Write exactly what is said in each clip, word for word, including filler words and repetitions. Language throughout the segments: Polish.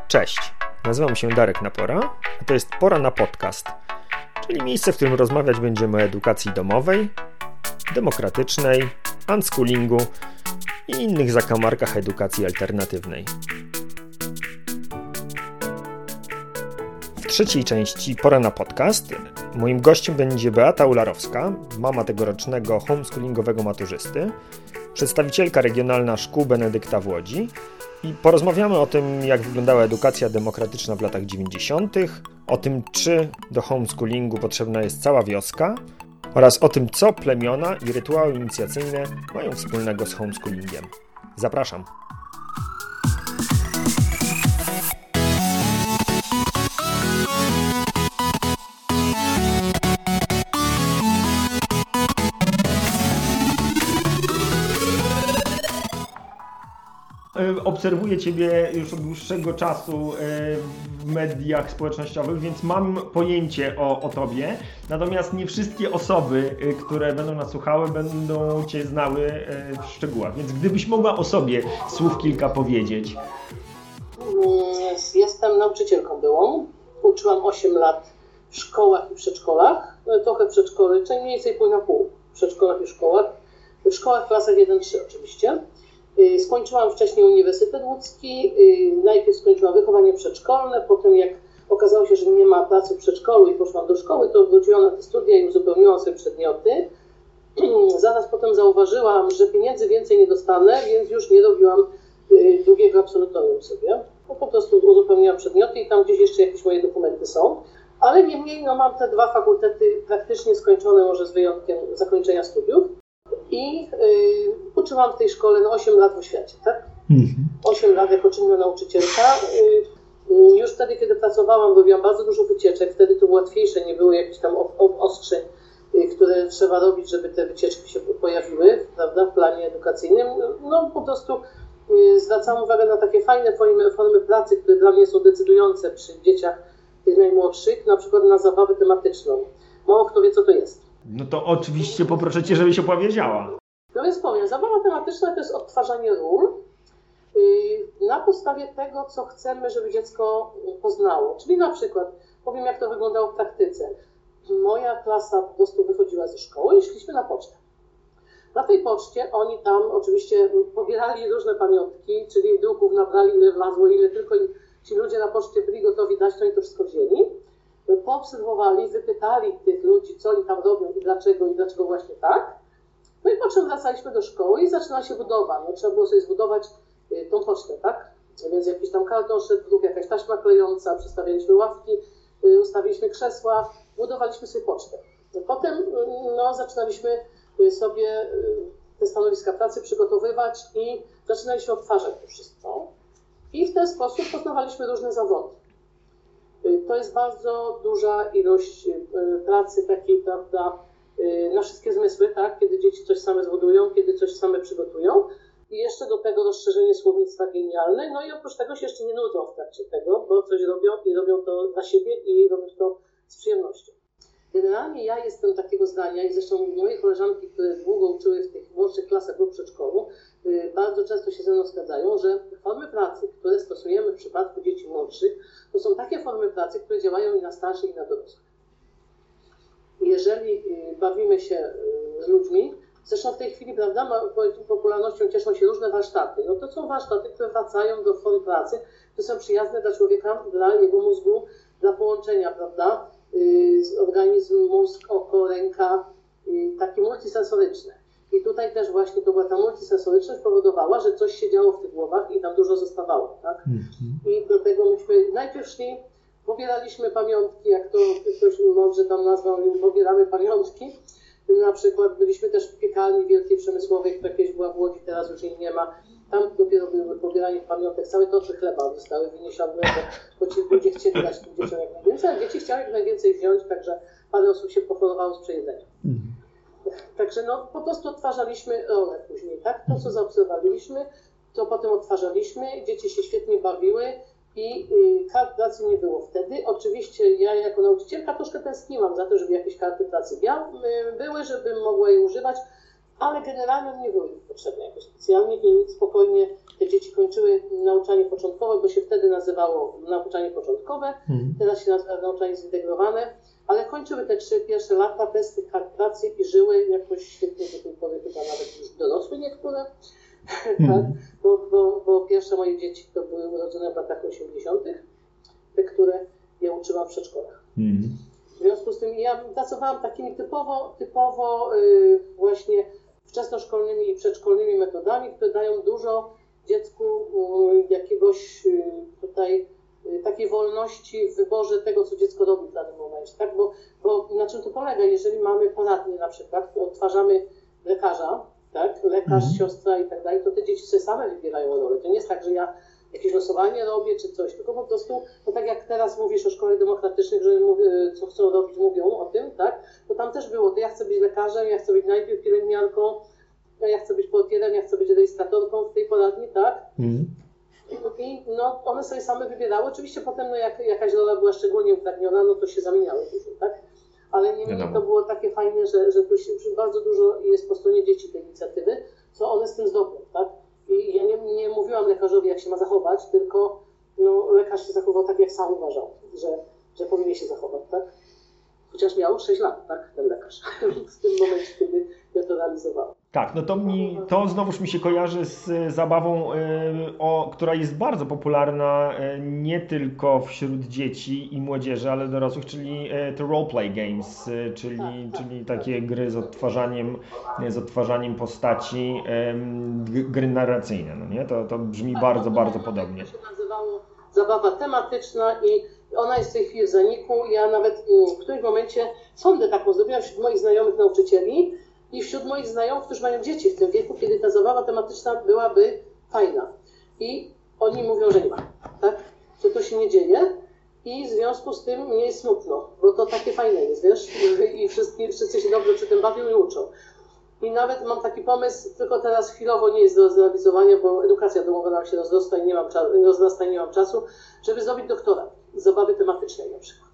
Cześć, nazywam się Darek Napora, a to jest Pora na Podcast, czyli miejsce, w którym rozmawiać będziemy o edukacji domowej, demokratycznej, unschoolingu i innych zakamarkach edukacji alternatywnej. W trzeciej części Pora na Podcast moim gościem będzie Beata Ularowska, mama tegorocznego homeschoolingowego maturzysty, przedstawicielka regionalna szkół Benedykta w Łodzi i porozmawiamy o tym, jak wyglądała edukacja demokratyczna w latach dziewięćdziesiątych, o tym, czy do homeschoolingu potrzebna jest cała wioska oraz o tym, co plemiona i rytuały inicjacyjne mają wspólnego z homeschoolingiem. Zapraszam! Obserwuję Ciebie już od dłuższego czasu w mediach społecznościowych, więc mam pojęcie o, o Tobie. Natomiast nie wszystkie osoby, które będą nas słuchały, będą Cię znały w szczegółach. Więc gdybyś mogła o sobie słów kilka powiedzieć. Jestem nauczycielką byłą. Uczyłam osiem lat w szkołach i przedszkolach. Trochę przedszkole, czyli mniej więcej pół na pół w przedszkolach i szkołach. W szkołach w klasach jeden trzy oczywiście. Skończyłam wcześniej Uniwersytet Łódzki, najpierw skończyłam wychowanie przedszkolne, potem jak okazało się, że nie ma pracy w przedszkolu i poszłam do szkoły, to wróciłam na te studia i uzupełniłam sobie przedmioty. Zaraz potem zauważyłam, że pieniędzy więcej nie dostanę, więc już nie robiłam drugiego absolutorium sobie. No, po prostu uzupełniłam przedmioty i tam gdzieś jeszcze jakieś moje dokumenty są. Ale niemniej no, mam te dwa fakultety praktycznie skończone, może z wyjątkiem zakończenia studiów. I y, uczyłam w tej szkole no, osiem lat w oświacie, tak? Mhm. osiem lat jako czynna nauczycielka. Y, y, już wtedy, kiedy pracowałam, robiłam bardzo dużo wycieczek. Wtedy to było łatwiejsze, nie było jakichś tam ostrzy, y, które trzeba robić, żeby te wycieczki się pojawiły, prawda, w planie edukacyjnym. No po prostu y, zwracam uwagę na takie fajne formy, formy pracy, które dla mnie są decydujące przy dzieciach tych najmłodszych, na przykład na zabawę tematyczną. Mało kto wie, co to jest. No to oczywiście poproszę Cię, żebyś opowiedziała. No więc powiem, zabawa tematyczna to jest odtwarzanie ról yy, na podstawie tego, co chcemy, żeby dziecko poznało. Czyli na przykład, powiem jak to wyglądało w praktyce. Moja klasa po prostu wychodziła ze szkoły i szliśmy na pocztę. Na tej poczcie oni tam oczywiście pobierali różne pamiątki, czyli druków nabrali ile wlazło, ile tylko ci ludzie na poczcie byli gotowi dać, to oni to wszystko wzięli. Poobserwowali, wypytali tych ludzi, co oni tam robią i dlaczego, i dlaczego właśnie tak. No i po czym wracaliśmy do szkoły i zaczynała się budowa. No, trzeba było sobie zbudować y, tą pocztę, tak? Więc jakiś tam karton szedł w dół, jakaś taśma klejąca, przestawialiśmy ławki, y, ustawiliśmy krzesła, budowaliśmy sobie pocztę. Potem y, no, zaczynaliśmy y, sobie y, te stanowiska pracy przygotowywać i zaczynaliśmy odtwarzać to wszystko. I w ten sposób poznawaliśmy różne zawody. To jest bardzo duża ilość pracy takiej, prawda, na wszystkie zmysły, tak? Kiedy dzieci coś same zbudują, kiedy coś same przygotują. I jeszcze do tego rozszerzenie słownictwa genialne. No i oprócz tego się jeszcze nie nudzą w trakcie tego, bo coś robią i robią to dla siebie i robią to z przyjemnością. Generalnie ja jestem takiego zdania i zresztą moje koleżanki, które długo uczyły w tych młodszych klasach lub przedszkolu, bardzo często się ze mną zgadzają, że formy pracy, które stosujemy w przypadku dzieci młodszych, to są takie formy pracy, które działają i na starszych, i na dorosłych. Jeżeli bawimy się z ludźmi, zresztą w tej chwili, prawda, popularnością cieszą się różne warsztaty, no to są warsztaty, które wracają do form pracy, które są przyjazne dla człowieka, dla jego mózgu, dla połączenia, prawda, organizm, mózg, oko, ręka, takie multisensoryczne. I tutaj też właśnie to była ta multisensoryczność powodowała, że coś się działo w tych głowach i tam dużo zostawało, tak? Mm-hmm. I dlatego myśmy najpierw szli, pobieraliśmy pamiątki, jak to ktoś może tam nazwał, pobieramy pamiątki. Na przykład byliśmy też w piekarni wielkiej przemysłowej, która kiedyś była w Łodzi, teraz już jej nie ma. Tam dopiero było pobieranie pamiątek, całe torby chleba zostały wyniesione, bo, bo ci ludzie chcieli dać tym dzieciom jak najwięcej, a dzieci chciały jak najwięcej wziąć, także parę osób się pochorowało z przejedzenia. Mm-hmm. Także no, po prostu odtwarzaliśmy rolę później, tak? To, co zaobserwowaliśmy, to potem odtwarzaliśmy, dzieci się świetnie bawiły i y, kart pracy nie było wtedy. Oczywiście ja jako nauczycielka troszkę tęskniłam za to, żeby jakieś karty pracy były, żebym mogła je używać. ale generalnie nie były potrzebne jakoś specjalnie i spokojnie te dzieci kończyły nauczanie początkowe, bo się wtedy nazywało nauczanie początkowe, hmm. teraz się nazywa nauczanie zintegrowane, ale kończyły te trzy pierwsze lata bez tych kart pracy i żyły jakoś świetnie do tej pory, chyba nawet już dorosły niektóre, hmm. tak? bo, bo, bo pierwsze moje dzieci to były urodzone w latach osiemdziesiątych, te, które ja uczyłam w przedszkolach. Hmm. W związku z tym ja pracowałam takimi typowo, typowo yy, właśnie wczesnoszkolnymi i przedszkolnymi metodami, które dają dużo dziecku yy, jakiegoś yy, tutaj yy, takiej wolności w wyborze tego, co dziecko robi w danym momencie. Tak? Bo, bo na czym to polega? Jeżeli mamy poradnię na przykład, odtwarzamy lekarza, tak? lekarz, mm. siostra i tak dalej, to te dzieci sobie same wybierają rolę. To nie jest tak, że ja jakieś losowanie robię czy coś, tylko po prostu, no tak jak teraz mówisz o szkołach demokratycznych, że mówię, co chcą robić, mówią o tym, tak? To tam też było, to ja chcę być lekarzem, ja chcę być najpierw pielęgniarką, ja chcę być portierem, ja chcę być rejestratorką w tej poradni, tak? Mm. I no, one sobie same wybierały. Oczywiście potem no, jak jakaś rola była szczególnie upragniona, no to się zamieniały później, tak? Ale niemniej to było takie fajne, że, że tu się bardzo dużo jest po stronie dzieci tej inicjatywy, co one z tym zrobią, tak? I ja nie, nie mówiłam lekarzowi, jak się ma zachować, tylko no, lekarz się zachował tak, jak sam uważał, że, że powinien się zachować, tak? Chociaż miał sześć lat, tak, ten lekarz, w tym momencie, kiedy ja to realizowałam. Tak, no to mi, to znowuż mi się kojarzy z zabawą, y, o, która jest bardzo popularna y, nie tylko wśród dzieci i młodzieży, ale dorosłych, czyli y, te roleplay games, y, czyli, tak, czyli tak, takie tak. gry z odtwarzaniem, z odtwarzaniem postaci, y, gry narracyjne, no nie? To, to brzmi tak, bardzo, to, bardzo to, podobnie. To się nazywało zabawa tematyczna i ona jest w tej chwili w zaniku. Ja nawet w którymś momencie sondę taką zrobiłam wśród moich znajomych nauczycieli, i wśród moich znajomych, którzy mają dzieci w tym wieku, kiedy ta zabawa tematyczna byłaby fajna. I oni mówią, że nie ma, tak? Że to się nie dzieje i w związku z tym mnie jest smutno, bo to takie fajne jest, wiesz? I wszyscy, wszyscy się dobrze przy tym bawią i uczą. I nawet mam taki pomysł, tylko teraz chwilowo nie jest do zrealizowania, bo edukacja domowa nam się rozrasta i nie mam czasu, rozrasta i nie mam czasu, żeby zrobić doktorat z zabawy tematycznej na przykład.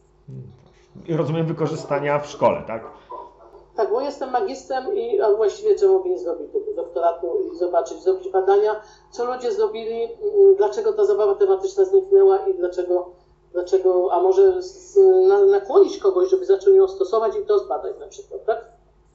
I rozumiem wykorzystania w szkole, tak? Tak, bo jestem magistrem i a właściwie czemu by nie zrobić doktoratu i zobaczyć, zrobić badania, co ludzie zrobili, dlaczego ta zabawa tematyczna zniknęła i dlaczego, dlaczego a może z, na, nakłonić kogoś, żeby zaczął ją stosować i to zbadać na przykład, tak?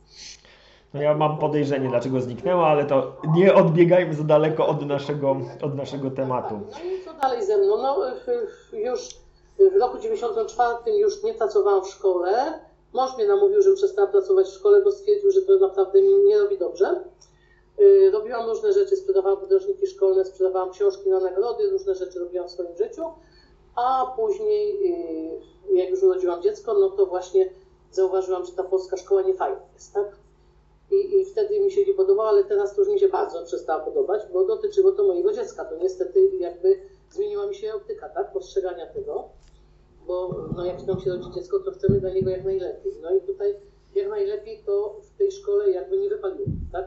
No ja mam podejrzenie, dlaczego zniknęła, ale to nie odbiegajmy za daleko od naszego, od naszego tematu. Tak, no i co dalej ze mną? No już w roku dziewięćdziesiątym czwartym już nie pracowałam w szkole. Mąż mnie namówił, żebym przestała pracować w szkole, bo stwierdził, że to naprawdę mi nie robi dobrze. Yy, robiłam różne rzeczy, sprzedawałam podręczniki szkolne, sprzedawałam książki na nagrody, różne rzeczy robiłam w swoim życiu, a później, yy, jak już urodziłam dziecko, no to właśnie zauważyłam, że ta polska szkoła nie fajna jest, tak? I, I wtedy mi się nie podobało, ale teraz to już mi się bardzo przestała podobać, bo dotyczyło to mojego dziecka. To niestety jakby zmieniła mi się optyka, tak? Postrzegania tego. Bo no, jak nam się rodzi dziecko, to chcemy dla niego jak najlepiej. No i tutaj jak najlepiej to w tej szkole jakby nie wypaliło, tak?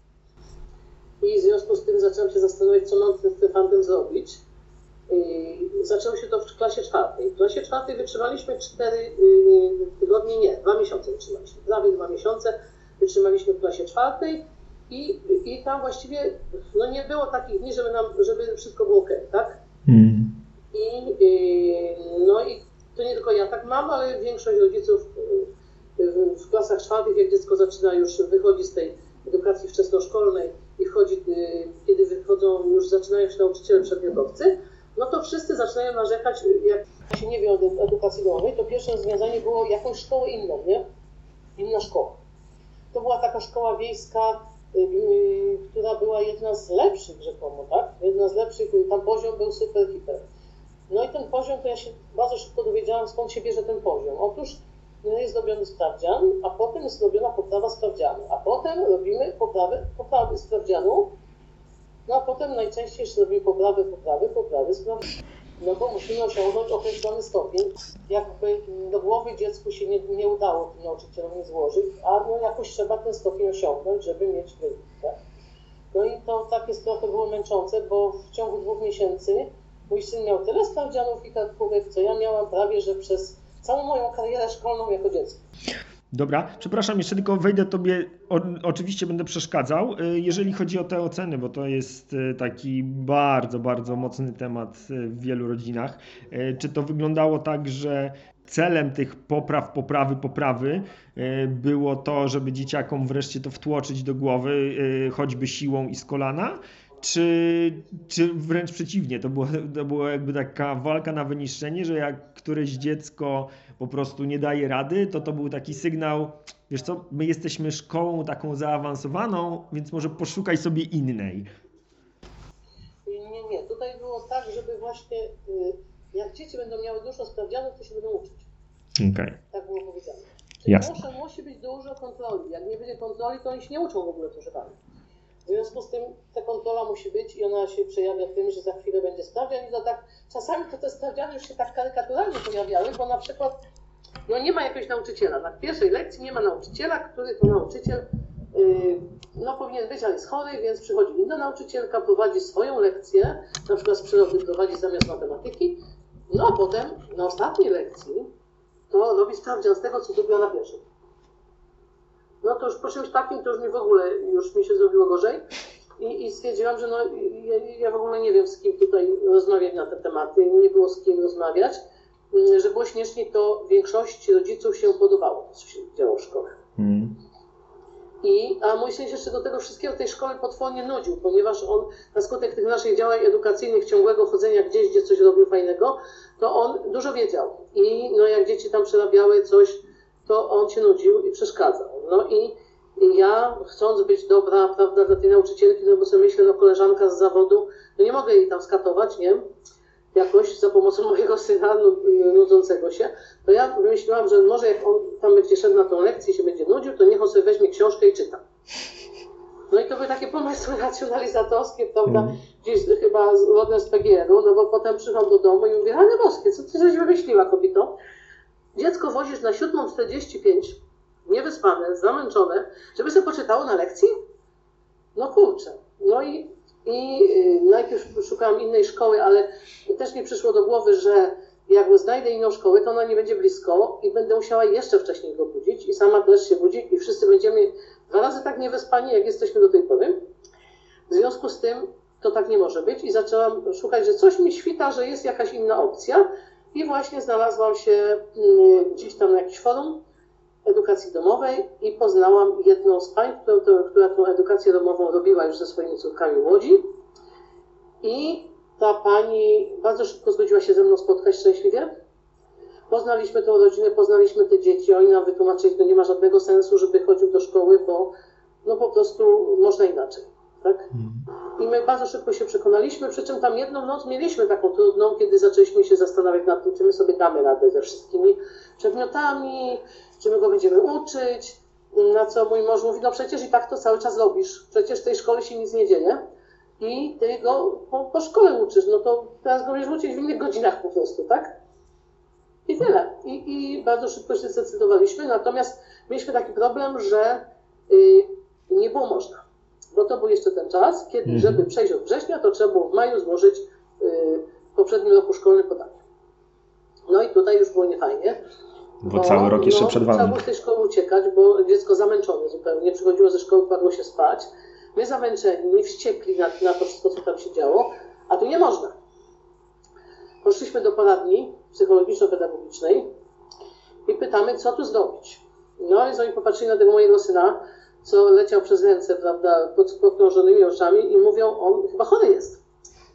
I w związku z tym zaczęłam się zastanawiać, co mam z tym fantem zrobić. I zaczęło się to w klasie czwartej. W klasie czwartej wytrzymaliśmy cztery yy, tygodnie, nie, dwa miesiące wytrzymaliśmy. Prawie dwa miesiące wytrzymaliśmy w klasie czwartej i, i tam właściwie no, nie było takich dni, żeby, nam, żeby wszystko było okej, tak? Hmm. I, yy, no i to nie tylko ja tak mam, ale większość rodziców w, w klasach czwartych, jak dziecko zaczyna już wychodzi z tej edukacji wczesnoszkolnej i wchodzi, yy, kiedy wychodzą, już zaczynają się nauczyciele przedmiotowcy, no to wszyscy zaczynają narzekać, jak się nie wie o edukacji domowej, to pierwsze rozwiązanie było jakąś szkołę inną, nie? Inna szkoła. To była taka szkoła wiejska, yy, która była jedna z lepszych rzekomo, tak? Jedna z lepszych, tam poziom był super, hiper. No i ten poziom, to ja się bardzo szybko dowiedziałam, skąd się bierze ten poziom. Otóż jest robiony sprawdzian, a potem jest robiona poprawa sprawdzianu, a potem robimy poprawy, poprawy sprawdzianu, no a potem najczęściej jeszcze robimy poprawy, poprawy, poprawy sprawdzianu. No bo musimy osiągnąć określony stopień. Jakby do głowy dziecku się nie, nie udało tym nauczycielom nie złożyć, a no jakoś trzeba ten stopień osiągnąć, żeby mieć wynik, tak? No i to tak jest trochę było męczące, bo w ciągu dwóch miesięcy mój syn miał tyle sprawdzianów i kartkówek, co ja miałam prawie, że przez całą moją karierę szkolną jako dziecko. Dobra, przepraszam, jeszcze tylko wejdę tobie, o, oczywiście będę przeszkadzał, jeżeli chodzi o te oceny, bo to jest taki bardzo, bardzo mocny temat w wielu rodzinach. Czy to wyglądało tak, że celem tych popraw, poprawy, poprawy było to, żeby dzieciakom wreszcie to wtłoczyć do głowy, choćby siłą i z kolana? Czy, czy wręcz przeciwnie, to było, to było jakby taka walka na wyniszczenie, że jak któreś dziecko po prostu nie daje rady, to to był taki sygnał, wiesz co, my jesteśmy szkołą taką zaawansowaną, więc może poszukaj sobie innej. Nie, nie, tutaj było tak, żeby właśnie jak dzieci będą miały dużo sprawdzianów, to się będą uczyć. Okay. Tak było powiedziane. Czyli muszę, musi być dużo kontroli. Jak nie będzie kontroli, to oni się nie uczą w ogóle, proszę pana. W związku z tym ta kontrola musi być i ona się przejawia tym, że za chwilę będzie sprawdzian i to tak, czasami to te sprawdziany już się tak karykaturalnie pojawiały, bo na przykład no nie ma jakiegoś nauczyciela. Na pierwszej lekcji nie ma nauczyciela, który to nauczyciel yy, no powinien być, ale jest chory, więc przychodzi inna nauczycielka, prowadzi swoją lekcję, na przykład z przyrody prowadzi zamiast matematyki, no a potem na ostatniej lekcji to robi sprawdzian z tego, co zrobiła na pierwszej. No to już po czymś takim to już mi w ogóle, już mi się zrobiło gorzej i, i stwierdziłam, że no ja, ja w ogóle nie wiem, z kim tutaj rozmawiać na te tematy, nie było z kim rozmawiać, że było śmiesznie, to większości rodziców się podobało, co się działo w szkole. Mm. I, a mój syn się jeszcze do tego wszystkiego w tej szkole potwornie nudził, ponieważ on na skutek tych naszych działań edukacyjnych, ciągłego chodzenia gdzieś, gdzie coś robił fajnego, to on dużo wiedział. I no jak dzieci tam przerabiały coś, to on się nudził i przeszkadzał. No i, i ja, chcąc być dobra, prawda, dla tej nauczycielki, no bo sobie myślę, no koleżanka z zawodu, no nie mogę jej tam skatować, nie? Jakoś za pomocą mojego syna nudzącego się, to ja wymyśliłam, że może jak on tam będzie szedł na tą lekcję i się będzie nudził, to niech on sobie weźmie książkę i czyta. No i to były takie pomysły racjonalizatorskie, prawda, mm. gdzieś chyba rodne z P G R u, no bo potem przychodzę do domu i mówię, ale boskie, co ty żeś wymyśliła, kobito? Dziecko wozisz na siódmą czterdzieści pięć, niewyspane, zamęczone, żeby sobie poczytało na lekcji? No kurczę. No i, i najpierw szukałam innej szkoły, ale też mi przyszło do głowy, że jak znajdę inną szkołę, to ona nie będzie blisko i będę musiała jeszcze wcześniej go budzić i sama też się budzi i wszyscy będziemy dwa razy tak niewyspani, jak jesteśmy do tej pory. W związku z tym to tak nie może być i zaczęłam szukać, że coś mi świta, że jest jakaś inna opcja. I właśnie znalazłam się gdzieś tam na jakimś forum edukacji domowej i poznałam jedną z pań, która, która tą edukację domową robiła już ze swoimi córkami w Łodzi. I ta pani bardzo szybko zgodziła się ze mną spotkać szczęśliwie. Poznaliśmy tą rodzinę, poznaliśmy te dzieci. Oni nam wytłumaczyli, że to nie ma żadnego sensu, żeby chodził do szkoły, bo no po prostu można inaczej. Tak? I my bardzo szybko się przekonaliśmy, przy czym tam jedną noc mieliśmy taką trudną, kiedy zaczęliśmy się zastanawiać nad tym, czy my sobie damy radę ze wszystkimi przedmiotami, czy my go będziemy uczyć, na co mój mąż mówi, no przecież i tak to cały czas robisz, przecież w tej szkole się nic nie dzieje i ty go po, po szkole uczysz, no to teraz go będziesz uczyć w innych godzinach po prostu, tak? I tyle. I, i bardzo szybko się zdecydowaliśmy, natomiast mieliśmy taki problem, że y, nie było można. Bo to był jeszcze ten czas, kiedy, mm. żeby przejść od września, to trzeba było w maju złożyć y, w poprzednim roku szkolne podanie. No i tutaj już było niefajnie. Bo, bo cały rok jeszcze no, przed wami. Trzeba było z tej szkoły uciekać, bo dziecko zamęczone zupełnie, przychodziło ze szkoły, kładło się spać. My zamęczeni, wściekli na, na to wszystko, co tam się działo, a tu nie można. Poszliśmy do poradni psychologiczno-pedagogicznej i pytamy, co tu zrobić. No więc oni popatrzyli na tego mojego syna, co leciał przez ręce, prawda, pod podkrążonymi oczami i mówią, on chyba chory jest.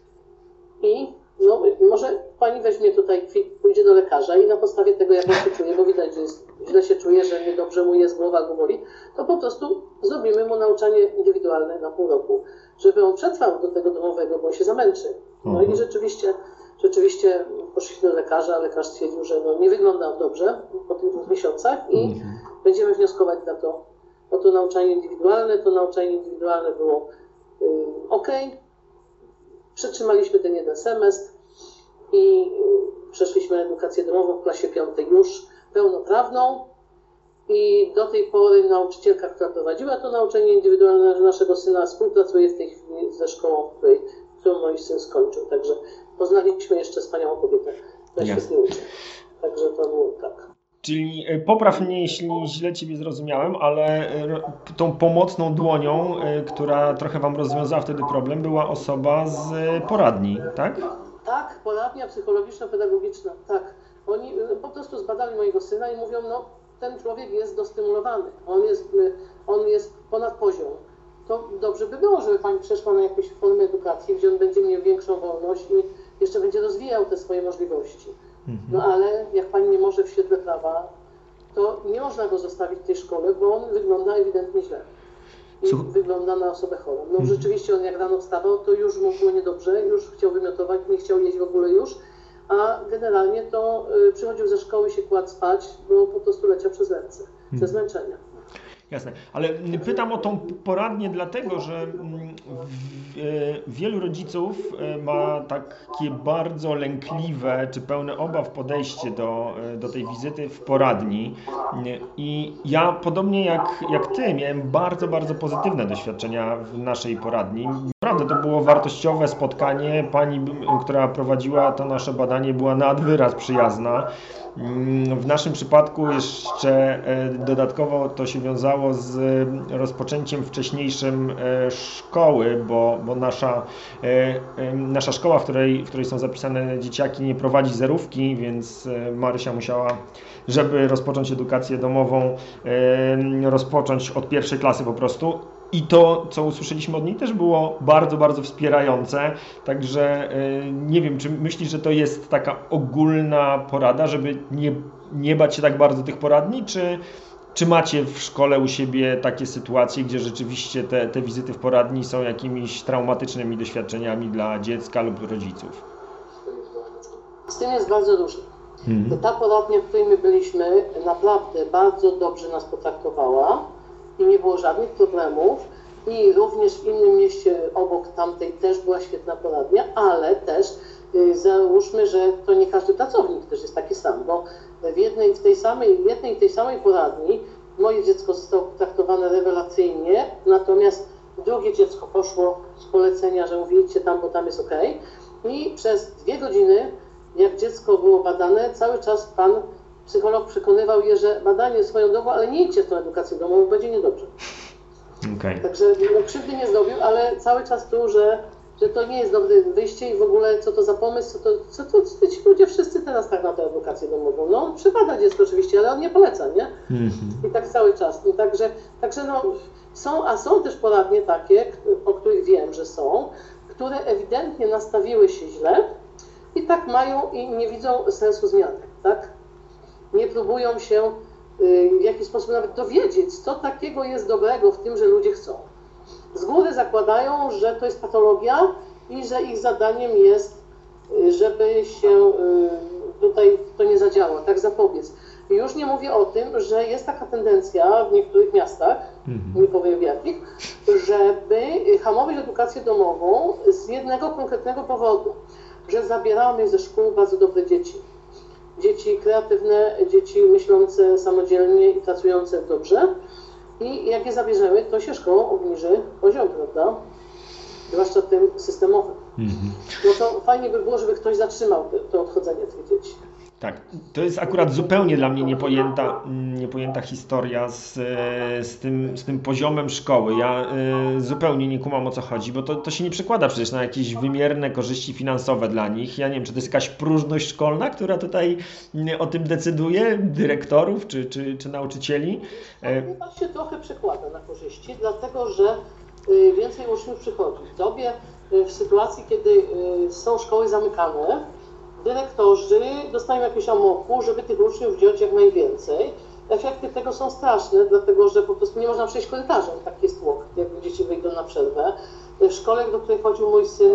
I no, może pani weźmie tutaj kwit, pójdzie do lekarza i na podstawie tego, jak on się czuje, bo widać, że jest, źle się czuje, że niedobrze mu jest, głowa go boli, to po prostu zrobimy mu nauczanie indywidualne na pół roku, żeby on przetrwał do tego domowego, bo on się zamęczy. No mhm. i rzeczywiście, rzeczywiście poszliśmy do lekarza, lekarz stwierdził, że no, nie wygląda on dobrze po tych dwóch miesiącach i mhm. będziemy wnioskować na to, o to nauczanie indywidualne. To nauczanie indywidualne było y, ok. Przetrzymaliśmy ten jeden semestr i y, przeszliśmy edukację domową w klasie piątej już pełnoprawną i do tej pory nauczycielka, która prowadziła to nauczanie indywidualne naszego syna, współpracuje w tej chwili ze szkołą, w której, którą mój syn skończył. Także poznaliśmy jeszcze wspaniałą kobietę, która świetnie uczy. Także to było tak. Czyli popraw mnie, jeśli źle Ciebie zrozumiałem, ale tą pomocną dłonią, która trochę Wam rozwiązała wtedy problem, była osoba z poradni, tak? Tak, poradnia psychologiczno-pedagogiczna, tak. Oni po prostu zbadali mojego syna i mówią, no ten człowiek jest dostymulowany, on jest, on jest ponad poziom. To dobrze by było, żeby Pani przeszła na jakąś formę edukacji, gdzie on będzie miał większą wolność i jeszcze będzie rozwijał te swoje możliwości. No ale jak Pani nie może w świetle prawa, to nie można go zostawić w tej szkole, bo on wygląda ewidentnie źle. I Słuch- wygląda na osobę chorą. No mhm. rzeczywiście on jak rano wstawał, to już mu było niedobrze, już chciał wymiotować, nie chciał jeść w ogóle już, a generalnie to y, przychodził ze szkoły, się kładł spać, bo po prostu leciał przez ręce, hmm. ze zmęczenia. Jasne, ale pytam o tą poradnię dlatego, że wielu rodziców ma takie bardzo lękliwe czy pełne obaw podejście do, do tej wizyty w poradni i ja podobnie jak, jak Ty miałem bardzo, bardzo pozytywne doświadczenia w naszej poradni. Naprawdę to było wartościowe spotkanie, pani, która prowadziła to nasze badanie, była nad wyraz przyjazna. W naszym przypadku jeszcze dodatkowo to się wiązało z rozpoczęciem wcześniejszym szkoły, bo, bo nasza, nasza szkoła, w której, w której są zapisane dzieciaki, nie prowadzi zerówki, więc Marysia musiała, żeby rozpocząć edukację domową, rozpocząć od pierwszej klasy po prostu. I to, co usłyszeliśmy od niej, też było bardzo, bardzo wspierające. Także nie wiem, czy myślisz, że to jest taka ogólna porada, żeby nie, nie bać się tak bardzo tych poradni, czy, czy macie w szkole u siebie takie sytuacje, gdzie rzeczywiście te, te wizyty w poradni są jakimiś traumatycznymi doświadczeniami dla dziecka lub rodziców? Z tym jest bardzo różnie. Mhm. Ta poradnia, w której my byliśmy, naprawdę bardzo dobrze nas potraktowała. I nie było żadnych problemów i również w innym mieście obok tamtej też była świetna poradnia, ale też y, załóżmy, że to nie każdy pracownik też jest taki sam, bo w jednej, w tej samej, w jednej tej samej poradni moje dziecko zostało potraktowane rewelacyjnie, natomiast drugie dziecko poszło z polecenia, że mówi idźcie tam, bo tam jest okej. I przez dwie godziny, jak dziecko było badane, cały czas pan psycholog przekonywał je, że badanie swoją drogą, ale nie idźcie w tą edukację domową, będzie niedobrze. Okay. Także no, krzywdy nie zrobił, ale cały czas tu, że, że to nie jest dobre wyjście i w ogóle co to za pomysł, co to, co to co ci ludzie wszyscy teraz tak na tę edukację domową. No on przebada dziecko oczywiście, ale on nie poleca, nie? Mm-hmm. I tak cały czas. No, także także no, są, a są też poradnie takie, o których wiem, że są, które ewidentnie nastawiły się źle i tak mają i nie widzą sensu zmiany, tak? Nie próbują się w jakiś sposób nawet dowiedzieć, co takiego jest dobrego w tym, że ludzie chcą. Z góry zakładają, że to jest patologia i że ich zadaniem jest, żeby się tutaj to nie zadziało, tak zapobiec. I już nie mówię o tym, że jest taka tendencja w niektórych miastach, mm-hmm. nie powiem w jakich, żeby hamować edukację domową z jednego konkretnego powodu, że zabieramy ze szkół bardzo dobre dzieci. Dzieci kreatywne, dzieci myślące samodzielnie i pracujące dobrze. I jak je zabierzemy, to się szkołą obniży poziom, prawda? Zwłaszcza tym systemowym. Mm-hmm. No to fajnie by było, żeby ktoś zatrzymał to, to odchodzenie tych dzieci. Tak, to jest akurat zupełnie dla mnie niepojęta, niepojęta historia z, z, tym, z tym poziomem szkoły. Ja y, zupełnie nie kumam, o co chodzi, bo to, to się nie przekłada przecież na jakieś wymierne korzyści finansowe dla nich. Ja nie wiem, czy to jest jakaś próżność szkolna, która tutaj o tym decyduje, dyrektorów czy, czy, czy nauczycieli? Chyba się trochę przekłada na korzyści, dlatego że y, więcej uczniów przychodzi. W dobie, y, w sytuacji, kiedy y, są szkoły zamykane, dyrektorzy dostają jakieś amoku, żeby tych uczniów wziąć jak najwięcej. Efekty tego są straszne, dlatego że po prostu nie można przejść korytarzem, tak jest tłok, jak dzieci wyjdą na przerwę. W szkole, do której chodził mój syn,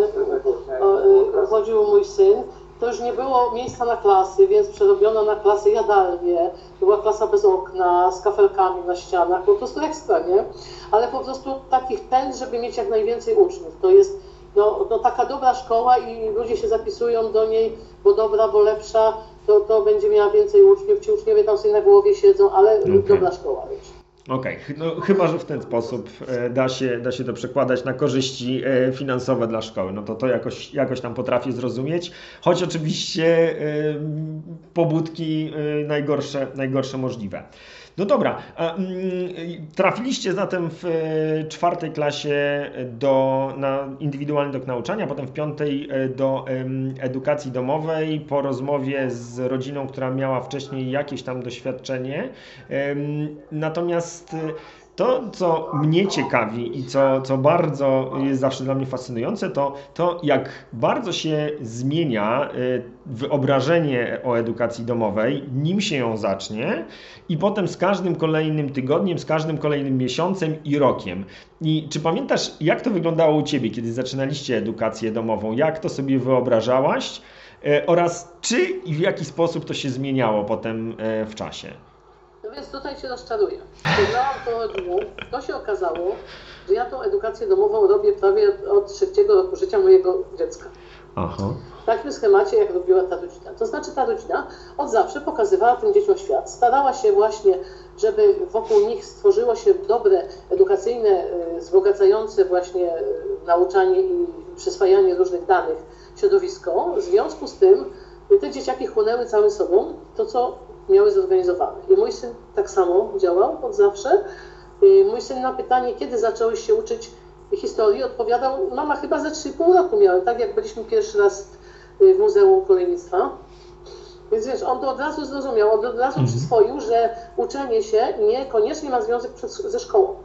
chodził mój syn, to już nie było miejsca na klasy, więc przerobiono na klasy jadalnie. To była klasa bez okna, z kafelkami na ścianach, po prostu ekstra, nie? Ale po prostu takich pęd, żeby mieć jak najwięcej uczniów. To jest No, no taka dobra szkoła i ludzie się zapisują do niej, bo dobra, bo lepsza, to, to będzie miała więcej uczniów. Ci uczniowie tam sobie na głowie siedzą, ale okay. Dobra szkoła już. Okej, okay. No, chyba że w ten sposób da się, da się to przekładać na korzyści finansowe dla szkoły, no to to jakoś, jakoś tam potrafię zrozumieć, choć oczywiście pobudki najgorsze, najgorsze możliwe. No dobra, trafiliście zatem w czwartej klasie do, na indywidualny dok nauczania, potem w piątej do edukacji domowej po rozmowie z rodziną, która miała wcześniej jakieś tam doświadczenie. Natomiast to, co mnie ciekawi i co, co bardzo jest zawsze dla mnie fascynujące, to to, jak bardzo się zmienia wyobrażenie o edukacji domowej, nim się ją zacznie i potem z każdym kolejnym tygodniem, z każdym kolejnym miesiącem i rokiem. I czy pamiętasz, jak to wyglądało u Ciebie, kiedy zaczynaliście edukację domową? Jak to sobie wyobrażałaś oraz czy i w jaki sposób to się zmieniało potem w czasie? No więc tutaj się rozczaruję. Poznałam to rodzinę, to się okazało, że ja tą edukację domową robię prawie od trzeciego roku życia mojego dziecka. Aha. W takim schemacie, jak robiła ta rodzina. To znaczy ta rodzina od zawsze pokazywała tym dzieciom świat. Starała się właśnie, żeby wokół nich stworzyło się dobre, edukacyjne, wzbogacające właśnie nauczanie i przyswajanie różnych danych środowisko. W związku z tym te dzieciaki chłonęły całym sobą to, co miały zorganizowane. I mój syn tak samo działał od zawsze. Mój syn na pytanie, kiedy zacząłeś się uczyć historii, odpowiadał, mama, chyba ze trzy i pół roku miałem, tak jak byliśmy pierwszy raz w Muzeum Kolejnictwa. Więc wiesz, on to od razu zrozumiał, on od razu przyswoił, że uczenie się niekoniecznie ma związek ze szkołą.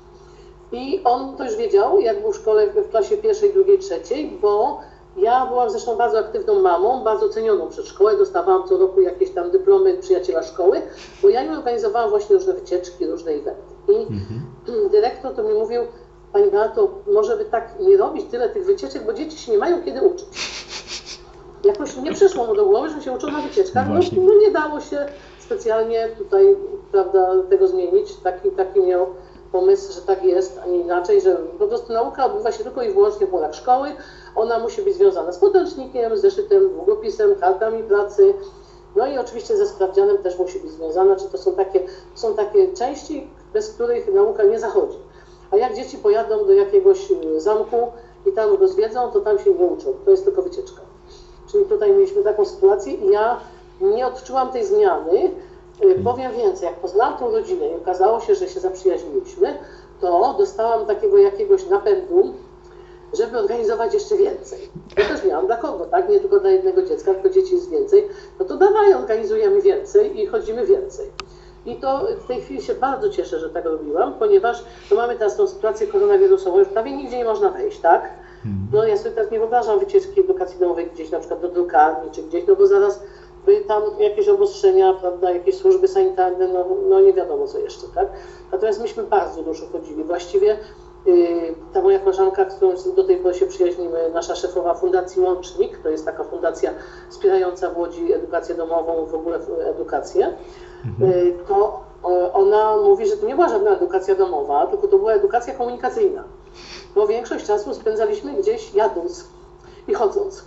I on to już wiedział, jak był w szkole w klasie pierwszej, drugiej, trzeciej, bo ja byłam zresztą bardzo aktywną mamą, bardzo cenioną przez szkołę, dostawałam co roku jakieś tam dyplomy przyjaciela szkoły, bo ja im organizowałam właśnie różne wycieczki, różne eventy. I mhm. dyrektor to mi mówił, Pani Beato, może by tak nie robić tyle tych wycieczek, bo dzieci się nie mają kiedy uczyć. Jakoś nie przyszło mu do głowy, że się uczą na wycieczkach, no, no nie dało się specjalnie tutaj, prawda, tego zmienić. Taki, taki miał pomysł, że tak jest, a nie inaczej, że po prostu nauka odbywa się tylko i wyłącznie w murach szkoły. Ona musi być związana z podręcznikiem, z zeszytem, długopisem, kartami pracy. No i oczywiście ze sprawdzianem też musi być związana, czy to są takie, są takie części, bez których nauka nie zachodzi. A jak dzieci pojadą do jakiegoś zamku i tam go zwiedzą, to tam się nie uczą. To jest tylko wycieczka. Czyli tutaj mieliśmy taką sytuację i ja nie odczułam tej zmiany. Powiem więcej, jak poznałam tą rodzinę i okazało się, że się zaprzyjaźniliśmy, to dostałam takiego jakiegoś napędu, żeby organizować jeszcze więcej. Ja też miałam dla kogo, tak? Nie tylko dla jednego dziecka, tylko dzieci jest więcej. No to dawaj, organizujemy więcej i chodzimy więcej. I to w tej chwili się bardzo cieszę, że tak robiłam, ponieważ no mamy teraz tą sytuację koronawirusową, już prawie nigdzie nie można wejść, tak? No ja sobie teraz nie wyobrażam wycieczki edukacji domowej gdzieś na przykład do drukarni czy gdzieś, no bo zaraz by tam jakieś obostrzenia, prawda, jakieś służby sanitarne, no, no nie wiadomo co jeszcze, tak? Natomiast myśmy bardzo dużo chodzili. Właściwie yy, ta moja koleżanka, z którą do tej pory się przyjaźnimy, nasza szefowa Fundacji Łącznik, to jest taka fundacja wspierająca w Łodzi edukację domową, w ogóle edukację, yy, to yy, ona mówi, że to nie była żadna edukacja domowa, tylko to była edukacja komunikacyjna. Bo większość czasu spędzaliśmy gdzieś jadąc i chodząc.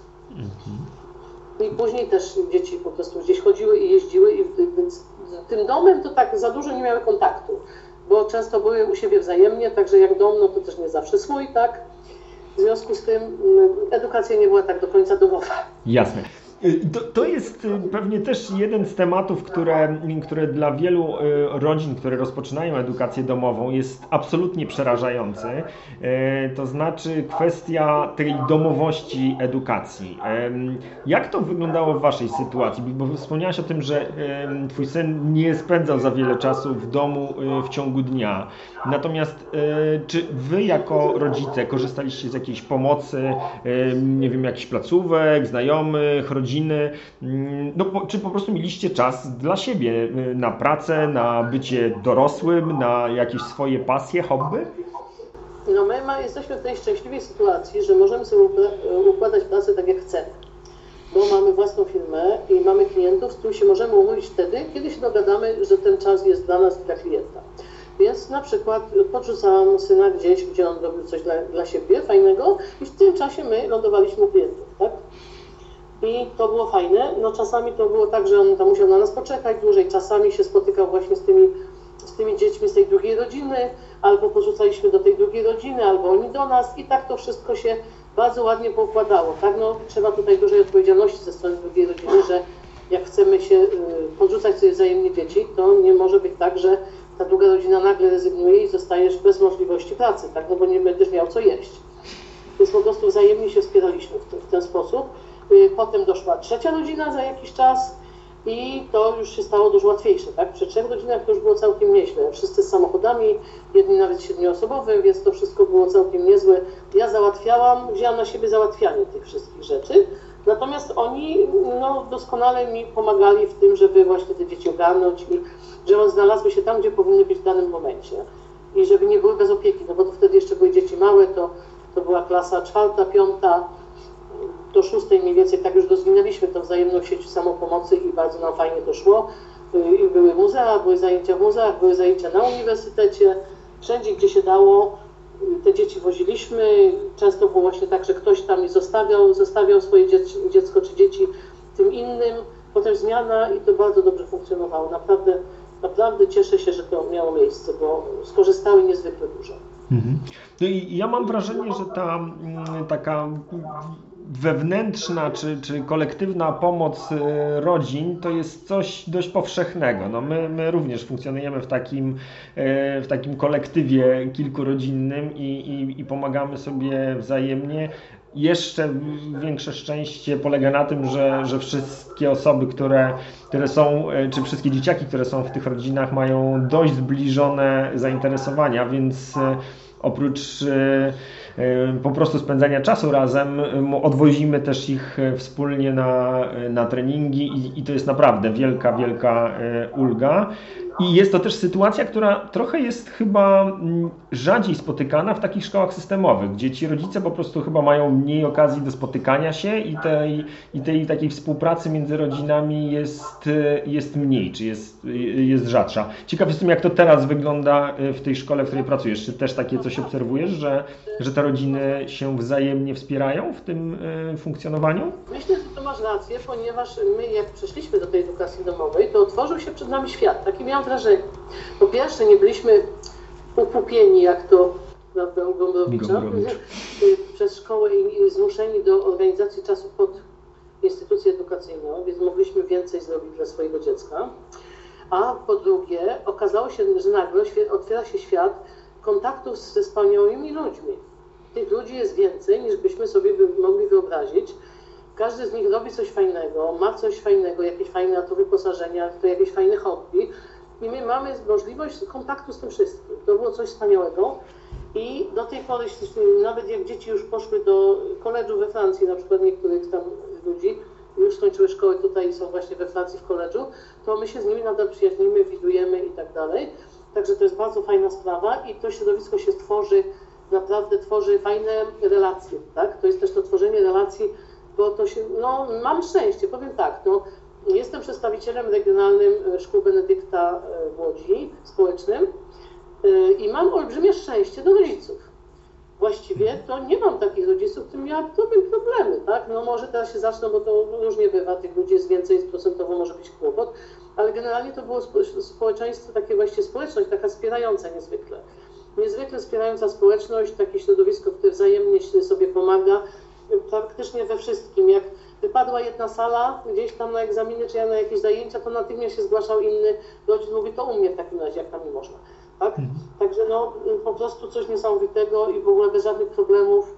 I później też dzieci po prostu gdzieś chodziły i jeździły, i więc z tym domem to tak za dużo nie miały kontaktu, bo często były u siebie wzajemnie, także jak dom, no to też nie zawsze swój, tak? W związku z tym edukacja nie była tak do końca domowa. Jasne. To, to jest pewnie też jeden z tematów, które, które dla wielu rodzin, które rozpoczynają edukację domową, jest absolutnie przerażający. To znaczy kwestia tej domowości edukacji. Jak to wyglądało w Waszej sytuacji? Bo wspomniałaś o tym, że Twój syn nie spędzał za wiele czasu w domu w ciągu dnia. Natomiast czy Wy jako rodzice korzystaliście z jakiejś pomocy, nie wiem, jakichś placówek, znajomych, rodziny? No, czy po prostu mieliście czas dla siebie, na pracę, na bycie dorosłym, na jakieś swoje pasje, hobby? No my ma, jesteśmy w tej szczęśliwej sytuacji, że możemy sobie układać pracę tak jak chcemy, bo mamy własną firmę i mamy klientów, z którymi się możemy umówić wtedy, kiedy się dogadamy, że ten czas jest dla nas i dla klienta. Więc na przykład podrzucałam syna gdzieś, gdzie on robił coś dla, dla siebie fajnego i w tym czasie my lądowaliśmy u klientów, tak? I to było fajne. No czasami to było tak, że on tam musiał na nas poczekać dłużej, czasami się spotykał właśnie z tymi z tymi dziećmi z tej drugiej rodziny, albo porzucaliśmy do tej drugiej rodziny, albo oni do nas i tak to wszystko się bardzo ładnie poukładało. Tak? No, trzeba tutaj dużej odpowiedzialności ze strony drugiej rodziny, że jak chcemy się y, podrzucać sobie wzajemnie dzieci, to nie może być tak, że ta druga rodzina nagle rezygnuje i zostajesz bez możliwości pracy, tak? No bo nie będziesz miał co jeść. Więc po prostu wzajemnie się wspieraliśmy w, w ten sposób. Y, potem doszła trzecia rodzina za jakiś czas i to już się stało dużo łatwiejsze. Tak? Przy trzech rodzinach to już było całkiem nieźle. Wszyscy z samochodami, jedni nawet siedmioosobowym, więc to wszystko było całkiem niezłe. Ja załatwiałam, wzięłam na siebie załatwianie tych wszystkich rzeczy. Natomiast oni no, doskonale mi pomagali w tym, żeby właśnie te dzieci ogarnąć i żeby one znalazły się tam, gdzie powinny być w danym momencie. I żeby nie były bez opieki, no bo to wtedy jeszcze były dzieci małe, to, to była klasa czwarta, piąta, do szóstej mniej więcej, tak już rozwinęliśmy tą wzajemną sieć samopomocy i bardzo nam fajnie to szło. I były muzea, były zajęcia w muzeach, były zajęcia na uniwersytecie, wszędzie gdzie się dało, te dzieci woziliśmy. Często było właśnie tak, że ktoś tam zostawiał, zostawiał swoje dziecko czy dzieci tym innym, potem zmiana i to bardzo dobrze funkcjonowało. Naprawdę, naprawdę cieszę się, że to miało miejsce, bo skorzystały niezwykle dużo. Mhm. No i ja mam wrażenie, że ta taka wewnętrzna czy, czy kolektywna pomoc rodzin to jest coś dość powszechnego. No my, my również funkcjonujemy w takim, w takim kolektywie kilkurodzinnym i, i, i pomagamy sobie wzajemnie. Jeszcze większe szczęście polega na tym, że, że wszystkie osoby, które, które są, czy wszystkie dzieciaki, które są w tych rodzinach, mają dość zbliżone zainteresowania, więc oprócz po prostu spędzania czasu razem, odwozimy też ich wspólnie na, na treningi i, i to jest naprawdę wielka, wielka ulga. I jest to też sytuacja, która trochę jest chyba rzadziej spotykana w takich szkołach systemowych, gdzie ci rodzice po prostu chyba mają mniej okazji do spotykania się i tej, i tej takiej współpracy między rodzinami jest, jest mniej, czy jest, jest rzadsza. Ciekaw jestem, jak to teraz wygląda w tej szkole, w której pracujesz. Czy też takie coś obserwujesz, że, że te rodziny się wzajemnie wspierają w tym funkcjonowaniu? Myślę, że to masz rację, ponieważ my jak przeszliśmy do tej edukacji domowej, to otworzył się przed nami świat. Taki miałam wrażenie. Po pierwsze, nie byliśmy upupieni, jak to prawda, u Gombrowicza, przez szkołę i zmuszeni do organizacji czasu pod instytucję edukacyjną, więc mogliśmy więcej zrobić dla swojego dziecka. A po drugie, okazało się, że nagle otwiera się świat kontaktów ze wspaniałymi ludźmi. Tych ludzi jest więcej, niż byśmy sobie mogli wyobrazić. Każdy z nich robi coś fajnego, ma coś fajnego, jakieś fajne to wyposażenia, to jakieś fajne hobby. I my mamy możliwość kontaktu z tym wszystkim. To było coś wspaniałego. I do tej pory, nawet jak dzieci już poszły do koledżu we Francji, na przykład niektórych tam ludzi, już skończyły szkołę tutaj i są właśnie we Francji w koledżu, to my się z nimi nadal przyjaźnimy, widujemy i tak dalej. Także to jest bardzo fajna sprawa i to środowisko się tworzy, naprawdę tworzy fajne relacje, tak? To jest też to tworzenie relacji, bo to się, no mam szczęście, powiem tak, no jestem przedstawicielem regionalnym Szkół Benedykta w Łodzi, społecznym i mam olbrzymie szczęście do rodziców. Właściwie to nie mam takich rodziców, którym miałabym problemy, tak? No może teraz się zaczną, bo to różnie bywa, tych ludzi jest więcej, procentowo może być kłopot, ale generalnie to było społeczeństwo, takie właściwie społeczność, taka wspierająca niezwykle. Niezwykle wspierająca społeczność, takie środowisko, które wzajemnie sobie pomaga, praktycznie we wszystkim. Jak wypadła jedna sala gdzieś tam na egzaminy czy na jakieś zajęcia, to natychmiast się zgłaszał inny rodzic, mówi, to u mnie w takim razie, jak tam nie można. Tak? Mhm. Także no po prostu coś niesamowitego i w ogóle bez żadnych problemów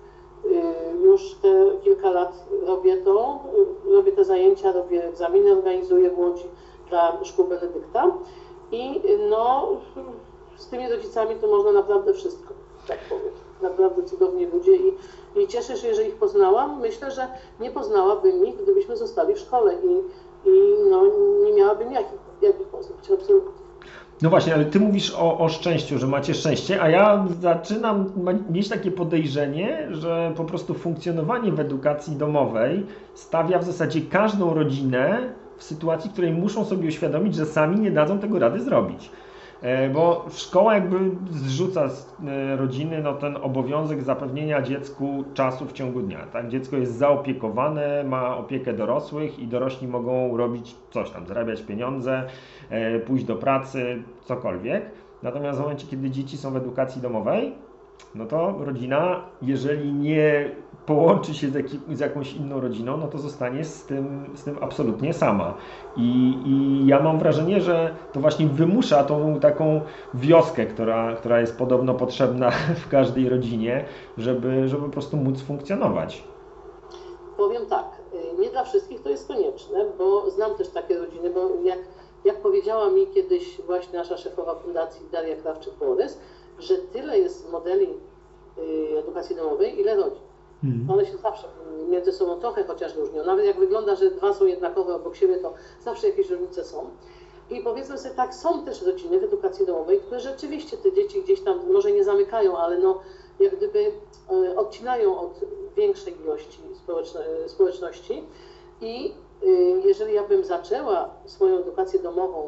już te kilka lat robię to, robię te zajęcia, robię egzaminy, organizuję w Łodzi dla Szkół Benedykta i no z tymi rodzicami to można naprawdę wszystko, tak powiem. Naprawdę cudowni ludzie i, i cieszę się, że ich poznałam. Myślę, że nie poznałabym ich, gdybyśmy zostali w szkole i, i no, nie miałabym jak, jak ich poznać, absolutnie. No właśnie, ale ty mówisz o, o szczęściu, że macie szczęście, a ja zaczynam mieć takie podejrzenie, że po prostu funkcjonowanie w edukacji domowej stawia w zasadzie każdą rodzinę w sytuacji, w której muszą sobie uświadomić, że sami nie dadzą tego rady zrobić. Bo szkoła jakby zrzuca z rodziny no, ten obowiązek zapewnienia dziecku czasu w ciągu dnia. Tak? Dziecko jest zaopiekowane, ma opiekę dorosłych i dorośli mogą robić coś tam, zarabiać pieniądze, pójść do pracy, cokolwiek. Natomiast w momencie, kiedy dzieci są w edukacji domowej, no to rodzina, jeżeli nie połączy się z, jakim, z jakąś inną rodziną, no to zostanie z tym, z tym absolutnie sama. I, I ja mam wrażenie, że to właśnie wymusza tą taką wioskę, która, która jest podobno potrzebna w każdej rodzinie, żeby, żeby po prostu móc funkcjonować. Powiem tak, nie dla wszystkich to jest konieczne, bo znam też takie rodziny, bo jak, jak powiedziała mi kiedyś właśnie nasza szefowa fundacji Daria Krawczyk-Borys, że tyle jest modeli y, edukacji domowej, ile rodzin. Hmm. One się zawsze między sobą trochę chociaż różnią. Nawet jak wygląda, że dwa są jednakowe obok siebie, to zawsze jakieś różnice są. I powiedzmy sobie tak, są też rodziny w edukacji domowej, które rzeczywiście te dzieci gdzieś tam może nie zamykają, ale no jak gdyby y, odcinają od większej ilości społeczno, y, społeczności. I y, jeżeli ja bym zaczęła swoją edukację domową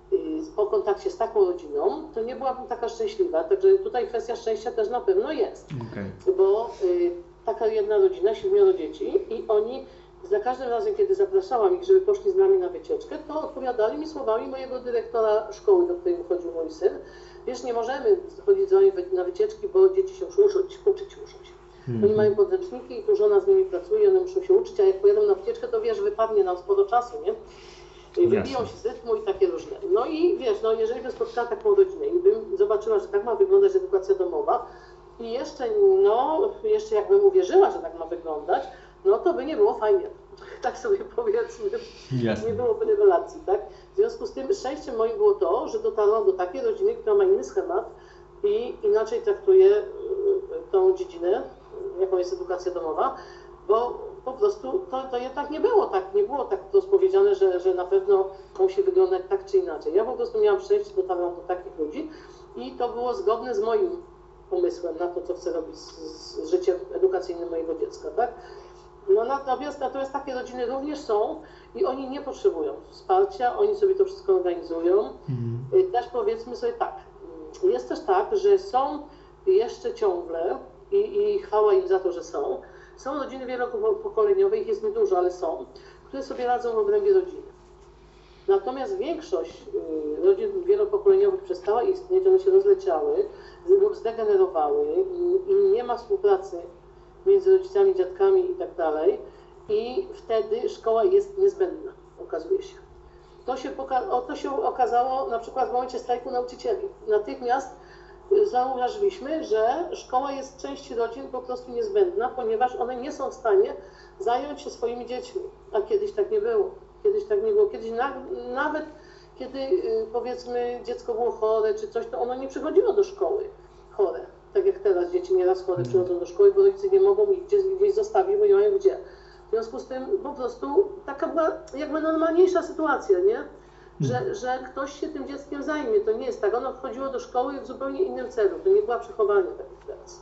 po kontakcie z taką rodziną, to nie byłabym taka szczęśliwa. Także tutaj kwestia szczęścia też na pewno jest. Okay. Bo y, taka jedna rodzina, siedmioro dzieci i oni za każdym razem, kiedy zapraszałam ich, żeby poszli z nami na wycieczkę, to odpowiadali mi słowami mojego dyrektora szkoły, do której chodził mój syn. Wiesz, nie możemy chodzić z wami na wycieczki, bo dzieci się muszą uczyć, uczyć muszą się. Mm-hmm. Oni mają podręczniki i tu żona z nimi pracuje, one muszą się uczyć, a jak pojadą na wycieczkę, to wiesz, wypadnie nam sporo czasu, nie? Wybiją się z rytmu i takie różne. No i wiesz, no jeżeli bym spotkała taką rodzinę i bym zobaczyła, że tak ma wyglądać edukacja domowa i jeszcze, no, jeszcze jakbym uwierzyła, że tak ma wyglądać, no to by nie było fajnie. Tak sobie powiedzmy, Jasne. Nie byłoby rewelacji, tak? W związku z tym szczęściem moim było to, że dotarłam do takiej rodziny, która ma inny schemat i inaczej traktuje tą dziedzinę, jaką jest edukacja domowa, bo po prostu to, to jednak nie było tak, nie było tak powiedziane, że, że na pewno musi wyglądać tak czy inaczej. Ja po prostu miałam szczęście, dotarłam do takich ludzi i to było zgodne z moim pomysłem na to, co chcę robić z, z życiem edukacyjnym mojego dziecka, tak? No natomiast, natomiast takie rodziny również są i oni nie potrzebują wsparcia, oni sobie to wszystko organizują. Mhm. Też powiedzmy sobie tak, jest też tak, że są jeszcze ciągle i, i chwała im za to, że są, są rodziny wielopokoleniowe, ich jest niedużo, ale są, które sobie radzą w obrębie rodziny. Natomiast większość rodzin wielopokoleniowych przestała istnieć, one się rozleciały lub zdegenerowały i nie ma współpracy między rodzicami, dziadkami i tak dalej. I wtedy szkoła jest niezbędna, okazuje się. To się, poka- to się okazało na przykład w momencie strajku nauczycieli. Natychmiast zauważyliśmy, że szkoła jest części rodzin po prostu niezbędna, ponieważ one nie są w stanie zająć się swoimi dziećmi, a kiedyś tak nie było. Kiedyś tak nie było. Kiedyś na, nawet kiedy powiedzmy dziecko było chore czy coś, to ono nie przychodziło do szkoły chore. Tak jak teraz dzieci nieraz chore przychodzą do szkoły, bo rodzice nie mogą ich gdzieś, gdzieś zostawić, bo nie mają gdzie. W związku z tym po prostu taka była jakby normalniejsza sytuacja, nie? Że, że ktoś się tym dzieckiem zajmie. To nie jest tak. Ono wchodziło do szkoły w zupełnie innym celu. To nie była przechowanie tak jak teraz.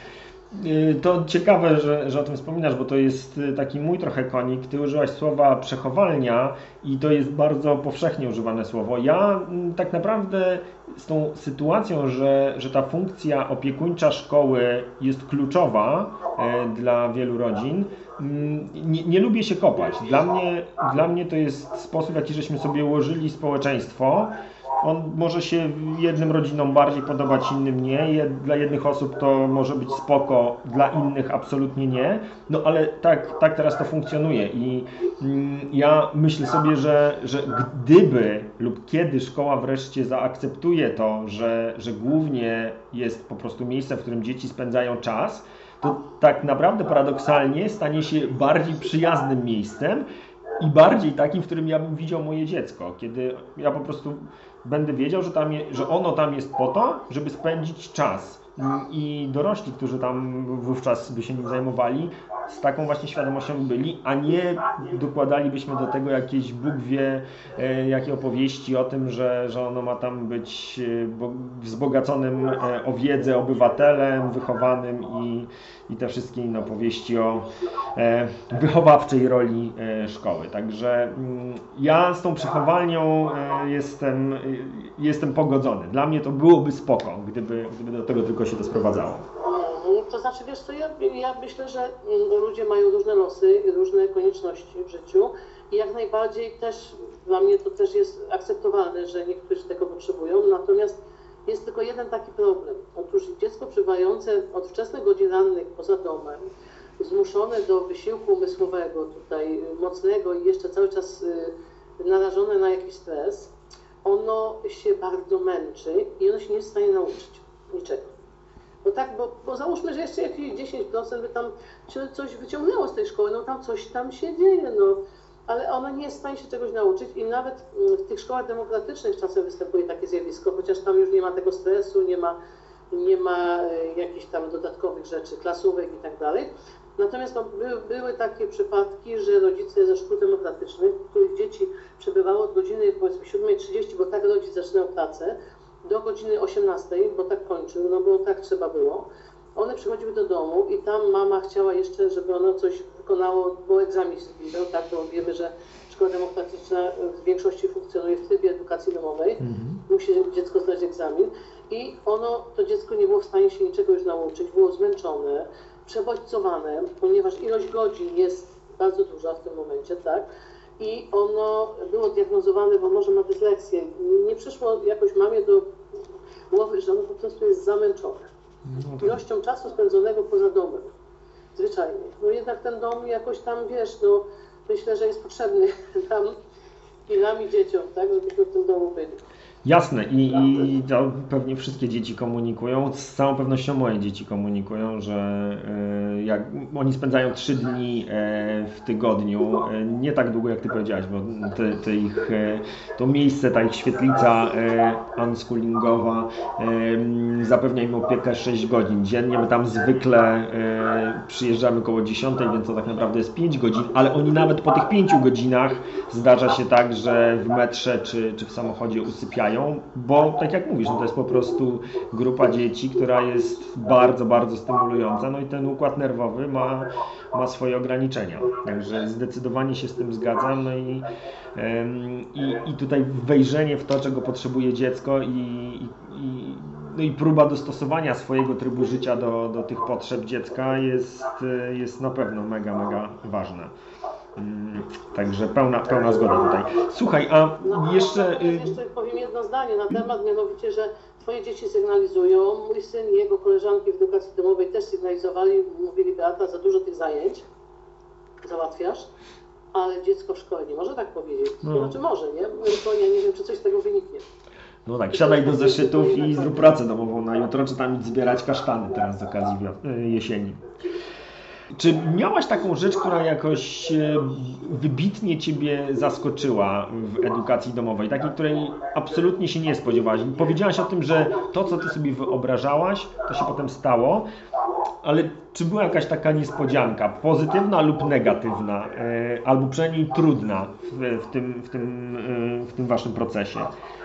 To ciekawe, że, że o tym wspominasz, bo to jest taki mój trochę konik. Ty użyłaś słowa przechowalnia i to jest bardzo powszechnie używane słowo. Ja tak naprawdę z tą sytuacją, że, że ta funkcja opiekuńcza szkoły jest kluczowa dla wielu rodzin, nie, nie lubię się kopać. Dla mnie, dla mnie to jest sposób, w jaki żeśmy sobie ułożyli społeczeństwo. On może się jednym rodzinom bardziej podobać, innym nie. Dla jednych osób to może być spoko, dla innych absolutnie nie. No ale tak, tak teraz to funkcjonuje i mm, ja myślę sobie, że, że gdyby lub kiedy szkoła wreszcie zaakceptuje to, że, że głównie jest po prostu miejsce, w którym dzieci spędzają czas, to tak naprawdę paradoksalnie stanie się bardziej przyjaznym miejscem i bardziej takim, w którym ja bym widział moje dziecko, kiedy ja po prostu będę wiedział, że, tam je, że ono tam jest po to, żeby spędzić czas. i dorośli, którzy tam wówczas by się nim zajmowali, z taką właśnie świadomością byli, a nie dokładalibyśmy do tego jakieś Bóg wie jakie opowieści o tym, że, że ono ma tam być wzbogaconym o wiedzę obywatelem, wychowanym i, i te wszystkie inne opowieści o e, wychowawczej roli e, szkoły. Także mm, ja z tą przechowalnią e, jestem, e, jestem pogodzony. Dla mnie to byłoby spoko, gdyby, gdyby do tego tylko się to sprowadzało. To znaczy, wiesz co, ja, ja myślę, że ludzie mają różne losy i różne konieczności w życiu i jak najbardziej też dla mnie to też jest akceptowalne, że niektórzy tego potrzebują, natomiast jest tylko jeden taki problem. Otóż dziecko przebywające od wczesnych godzin rannych poza domem, zmuszone do wysiłku umysłowego tutaj mocnego i jeszcze cały czas narażone na jakiś stres, ono się bardzo męczy i ono się nie jest w stanie nauczyć niczego. Bo tak, bo, bo załóżmy, że jeszcze jakieś dziesięć procent by tam coś wyciągnęło z tej szkoły, no tam coś tam się dzieje, no. Ale ona nie jest w stanie się czegoś nauczyć i nawet w tych szkołach demokratycznych czasem występuje takie zjawisko, chociaż tam już nie ma tego stresu, nie ma, nie ma jakichś tam dodatkowych rzeczy, klasówek i tak dalej. Natomiast no, by, były takie przypadki, że rodzice ze szkół demokratycznych, których dzieci przebywało od godziny powiedzmy siódma trzydzieści, bo tak rodzic zaczynał pracę, do godziny osiemnastej, bo tak kończył, no bo tak trzeba było. One przychodziły do domu i tam mama chciała jeszcze, żeby ono coś wykonało, bo egzamin się zbliżał, tak, bo wiemy, że szkoła demokratyczna w większości funkcjonuje w trybie edukacji domowej, mm-hmm. musi dziecko zdać egzamin i ono, to dziecko nie było w stanie się niczego już nauczyć, było zmęczone, przebodźcowane, ponieważ ilość godzin jest bardzo duża w tym momencie, tak, i ono było diagnozowane, bo może ma dysleksję. Nie przyszło jakoś mamie do głowy, że ono po prostu jest zamęczone. No tak. Ilością czasu spędzonego poza domem. Zwyczajnie. No jednak ten dom jakoś tam, wiesz, no myślę, że jest potrzebny nam i nam i dzieciom, tak, żebyśmy w tym domu byli. Jasne i, i to pewnie wszystkie dzieci komunikują, z całą pewnością moje dzieci komunikują, że e, jak oni spędzają trzy dni e, w tygodniu, e, nie tak długo jak Ty powiedziałaś, bo te, te ich, e, to miejsce, ta ich świetlica e, unschoolingowa e, zapewnia im opiekę sześć godzin dziennie, my tam zwykle e, przyjeżdżamy koło dziesiątej, więc to tak naprawdę jest pięć godzin, ale oni nawet po tych pięciu godzinach zdarza się tak, że w metrze czy, czy w samochodzie usypiają, bo tak jak mówisz, no to jest po prostu grupa dzieci, która jest bardzo, bardzo stymulująca, no i ten układ nerwowy ma, ma swoje ograniczenia, także zdecydowanie się z tym zgadzam, no i, i, i tutaj wejrzenie w to, czego potrzebuje dziecko i, i, no i próba dostosowania swojego trybu życia do, do tych potrzeb dziecka jest, jest na pewno mega, mega ważne. Także pełna, pełna zgoda tutaj. Słuchaj, a no, jeszcze... No, jeszcze powiem jedno zdanie na temat, mianowicie, że Twoje dzieci sygnalizują, mój syn i jego koleżanki w edukacji domowej też sygnalizowali, mówili: Beata, za dużo tych zajęć załatwiasz, ale dziecko w szkole nie może tak powiedzieć. No. To znaczy może, nie? Bo ja nie wiem, czy coś z tego wyniknie. No tak, siadaj do zeszytów i zrób pracę domową na jutro, czy tam idź zbierać kasztany teraz z okazji jesieni. Czy miałaś taką rzecz, która jakoś wybitnie Ciebie zaskoczyła w edukacji domowej, takiej, której absolutnie się nie spodziewałaś? Powiedziałaś o tym, że to, co Ty sobie wyobrażałaś, to się potem stało, ale czy była jakaś taka niespodzianka, pozytywna lub negatywna, albo przynajmniej trudna w, w, tym, w, tym, w tym Waszym procesie?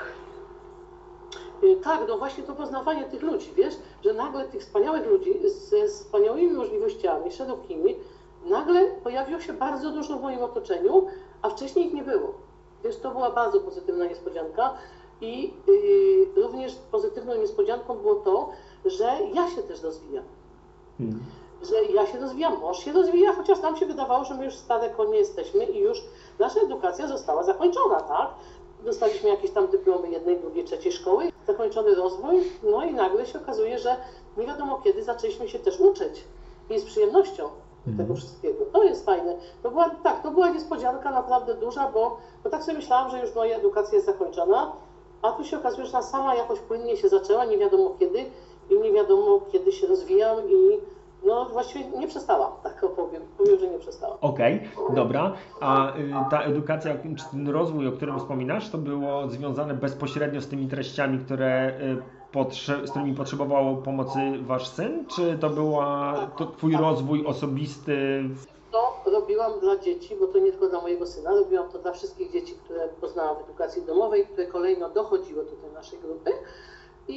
Tak, no właśnie to poznawanie tych ludzi, wiesz, że nagle tych wspaniałych ludzi ze wspaniałymi możliwościami, szerokimi, nagle pojawiło się bardzo dużo w moim otoczeniu, a wcześniej ich nie było. Wiesz, to była bardzo pozytywna niespodzianka i yy, również pozytywną niespodzianką było to, że ja się też rozwijam. Hmm. Że ja się rozwijam, mąż się rozwija, chociaż nam się wydawało, że my już stare konie jesteśmy i już nasza edukacja została zakończona, tak? Dostaliśmy jakieś tam dyplomy jednej, drugiej, trzeciej szkoły, zakończony rozwój, no i nagle się okazuje, że nie wiadomo kiedy zaczęliśmy się też uczyć i z przyjemnością mm. tego wszystkiego. To jest fajne. To była, tak, to była niespodzianka naprawdę duża, bo, bo tak sobie myślałam, że już moja edukacja jest zakończona, a tu się okazuje, że ona sama jakoś płynnie się zaczęła, nie wiadomo kiedy i nie wiadomo kiedy się rozwijam i no właściwie nie przestała, tak opowiem. Powiem, że nie przestała. Okej, okay, dobra. A y, ta edukacja, czy ten rozwój, o którym wspominasz, to było związane bezpośrednio z tymi treściami, które y, potrze- z którymi potrzebował pomocy wasz syn, czy to była to twój rozwój osobisty? To robiłam dla dzieci, bo to nie tylko dla mojego syna, robiłam to dla wszystkich dzieci, które poznałam w edukacji domowej, które kolejno dochodziły do tej naszej grupy i